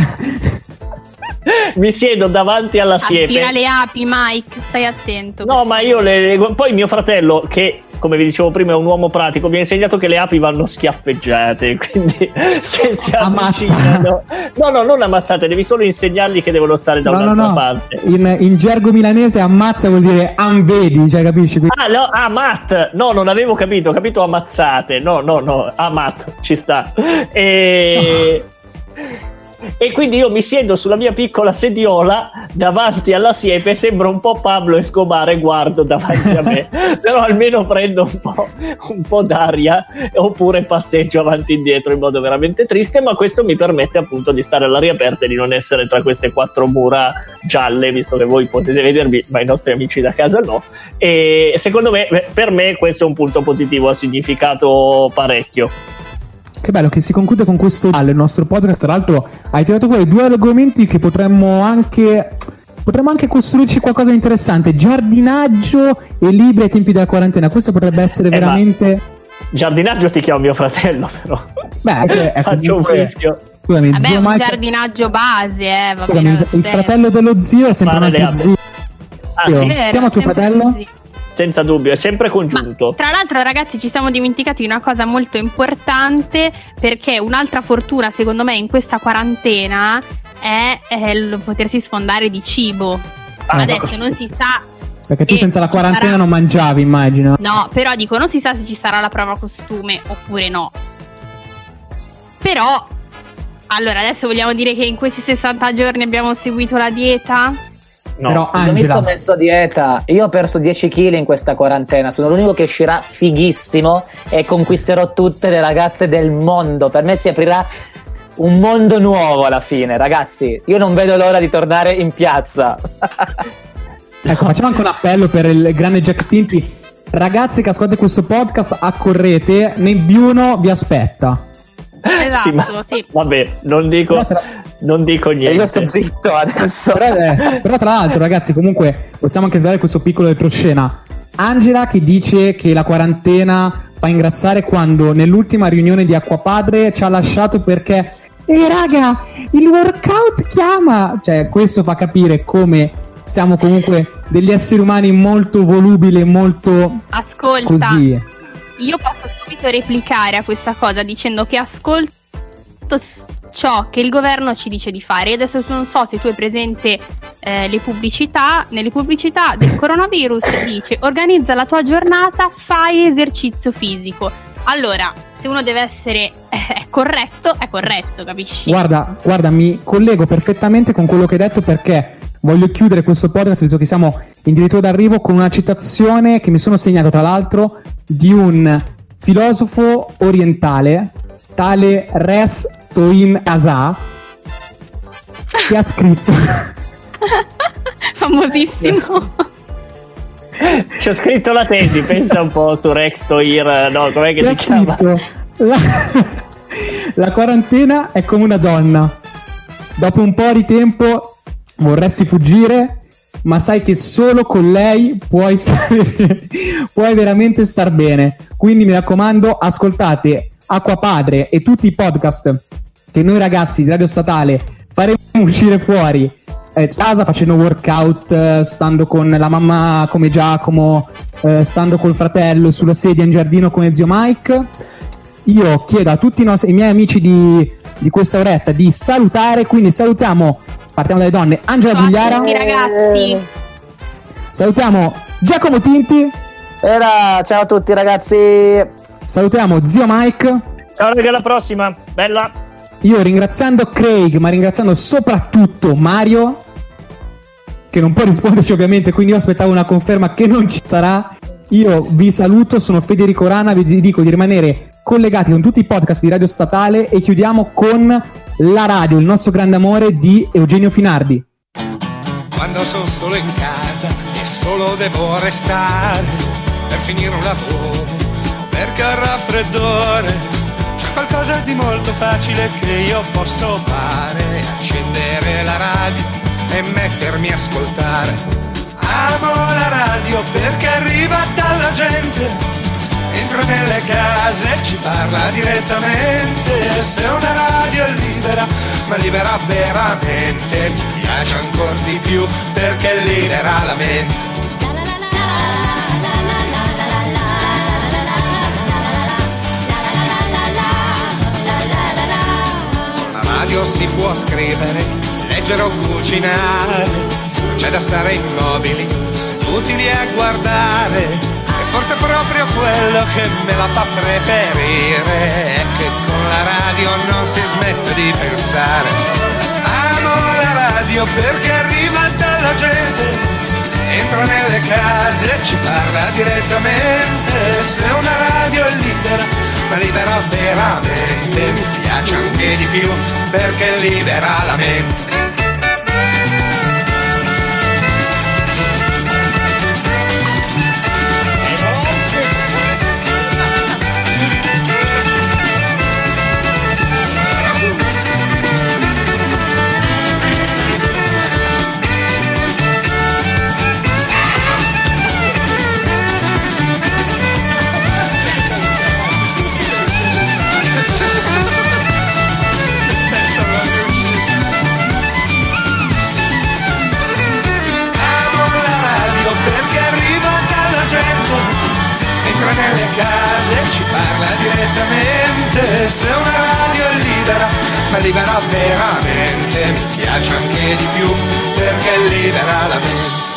S2: Mi siedo davanti alla siepe.
S3: Attira le api, Mike, stai attento.
S2: No, ma io poi mio fratello, che come vi dicevo prima è un uomo pratico, mi ha insegnato che le api vanno schiaffeggiate, quindi se si avvicinano, no, non ammazzate, devi solo insegnargli che devono stare da un'altra parte.
S4: In gergo milanese ammazza vuol dire anvedi, cioè, capisci?
S2: Amat, no, non avevo capito ammazzate, no, amat, ci sta. E quindi io mi siedo sulla mia piccola sediola davanti alla siepe, sembra un po' Pablo Escobar e guardo davanti a me, però almeno prendo un po' d'aria, oppure passeggio avanti e indietro in modo veramente triste, ma questo mi permette appunto di stare all'aria aperta e di non essere tra queste 4 mura gialle, visto che voi potete vedermi ma i nostri amici da casa no. E secondo me, per me questo è un punto positivo, ha significato parecchio.
S4: Che bello che si conclude con questo il nostro podcast. Tra l'altro hai tirato fuori 2 argomenti che potremmo anche costruirci qualcosa di interessante: giardinaggio e libri ai tempi della quarantena. Questo potrebbe essere veramente...
S2: Giardinaggio ti chiamo mio fratello, però
S4: beh,
S2: faccio un fischio.
S4: Scusami,
S3: vabbè,
S4: zio
S3: un
S4: Mike...
S3: giardinaggio base, va
S4: Scusami,
S3: bene.
S4: il fratello dello zio è sempre un altro zio.
S2: Sì?
S4: Chiama tuo fratello?
S3: Sì.
S2: Senza dubbio, è sempre congiunto.
S3: Ma, tra l'altro, ragazzi, ci siamo dimenticati di una cosa molto importante, perché un'altra fortuna, secondo me, in questa quarantena è il potersi sfondare di cibo. Adesso non si sa.
S4: Perché tu senza la quarantena non mangiavi, immagino.
S3: No, però dico, non si sa se ci sarà la prova costume oppure no. Però, allora, adesso vogliamo dire che in questi 60 giorni abbiamo seguito la dieta?
S2: No,
S4: però
S5: Io mi
S4: Angela,
S5: sono messo a dieta. Io ho perso 10 kg in questa quarantena. Sono l'unico che uscirà fighissimo e conquisterò tutte le ragazze del mondo. Per me si aprirà un mondo nuovo alla fine, ragazzi. Io non vedo l'ora di tornare in piazza.
S4: ecco, facciamo anche un appello per il grande Jack Timpi. Ragazzi che ascoltate questo podcast, accorrete, Nebbiuno vi aspetta.
S3: Esatto, sì.
S2: Vabbè, non dico niente.
S5: E io sto zitto adesso.
S4: Però tra l'altro, ragazzi, comunque possiamo anche svelare questo piccolo retroscena. Angela che dice che la quarantena fa ingrassare, quando nell'ultima riunione di Acquapadre ci ha lasciato perché raga, il workout chiama. Cioè, questo fa capire come siamo comunque degli esseri umani molto volubili e molto...
S3: Ascolta,
S4: così.
S3: io posso subito replicare a questa cosa dicendo che ascolto ciò che il governo ci dice di fare. Io adesso non so se tu hai presente le pubblicità. Nelle pubblicità del coronavirus dice: organizza la tua giornata, fai esercizio fisico. Allora, se uno deve essere corretto, è corretto, capisci?
S4: Guarda, mi collego perfettamente con quello che hai detto, perché voglio chiudere questo podcast, visto che siamo in dirittura d'arrivo, con una citazione che mi sono segnato, tra l'altro, di un filosofo orientale, tale Res Toim Asa, che ha scritto
S3: famosissimo.
S2: C'ho scritto la tesi, pensa un po' su Rex Toir, no, com'è che si chiama?
S4: La quarantena è come una donna. Dopo un po' di tempo vorresti fuggire, ma sai che solo con lei puoi veramente star bene. Quindi mi raccomando, ascoltate Acquapadre e tutti i podcast che noi ragazzi di Radio Statale faremo uscire fuori, casa facendo workout, stando con la mamma come Giacomo, stando col fratello sulla sedia in giardino come zio Mike. Io chiedo a tutti i miei amici di questa oretta di salutare, quindi salutiamo, partiamo dalle donne, Angela Gugliara.
S3: Ciao a tutti, ragazzi.
S4: Salutiamo Giacomo Tinti.
S5: Ciao a tutti, ragazzi.
S4: Salutiamo zio Mike.
S2: Ciao raga, alla prossima, bella.
S4: Io ringraziando Craig, ma ringraziando soprattutto Mario, che non può risponderci ovviamente, quindi io aspettavo una conferma che non ci sarà. Io vi saluto, sono Federico Rana, vi dico di rimanere collegati con tutti i podcast di Radio Statale e chiudiamo con la radio, il nostro grande amore di Eugenio Finardi.
S8: Quando sono solo in casa e solo devo restare per finire un lavoro, perché ho raffreddore, c'è qualcosa di molto facile che io posso fare: accendere la radio e mettermi a ascoltare. Amo la radio perché arriva dalla gente, entra nelle case e ci parla direttamente. Se una radio è libera, ma libera veramente, mi piace ancora di più perché libera la mente. Con la radio si può scrivere, leggere o cucinare, non c'è da stare immobili seduti lì a guardare. forse proprio quello che me la fa preferire è che con la radio non si smette di pensare. Amo la radio perché arriva dalla gente, entra nelle case, ci parla direttamente. Se una radio è libera, ma libera veramente, mi piace anche di più perché libera la mente. Nelle case, ci parla direttamente. Se una radio è libera, ma libera veramente, mi piace anche di più perché libera la mente.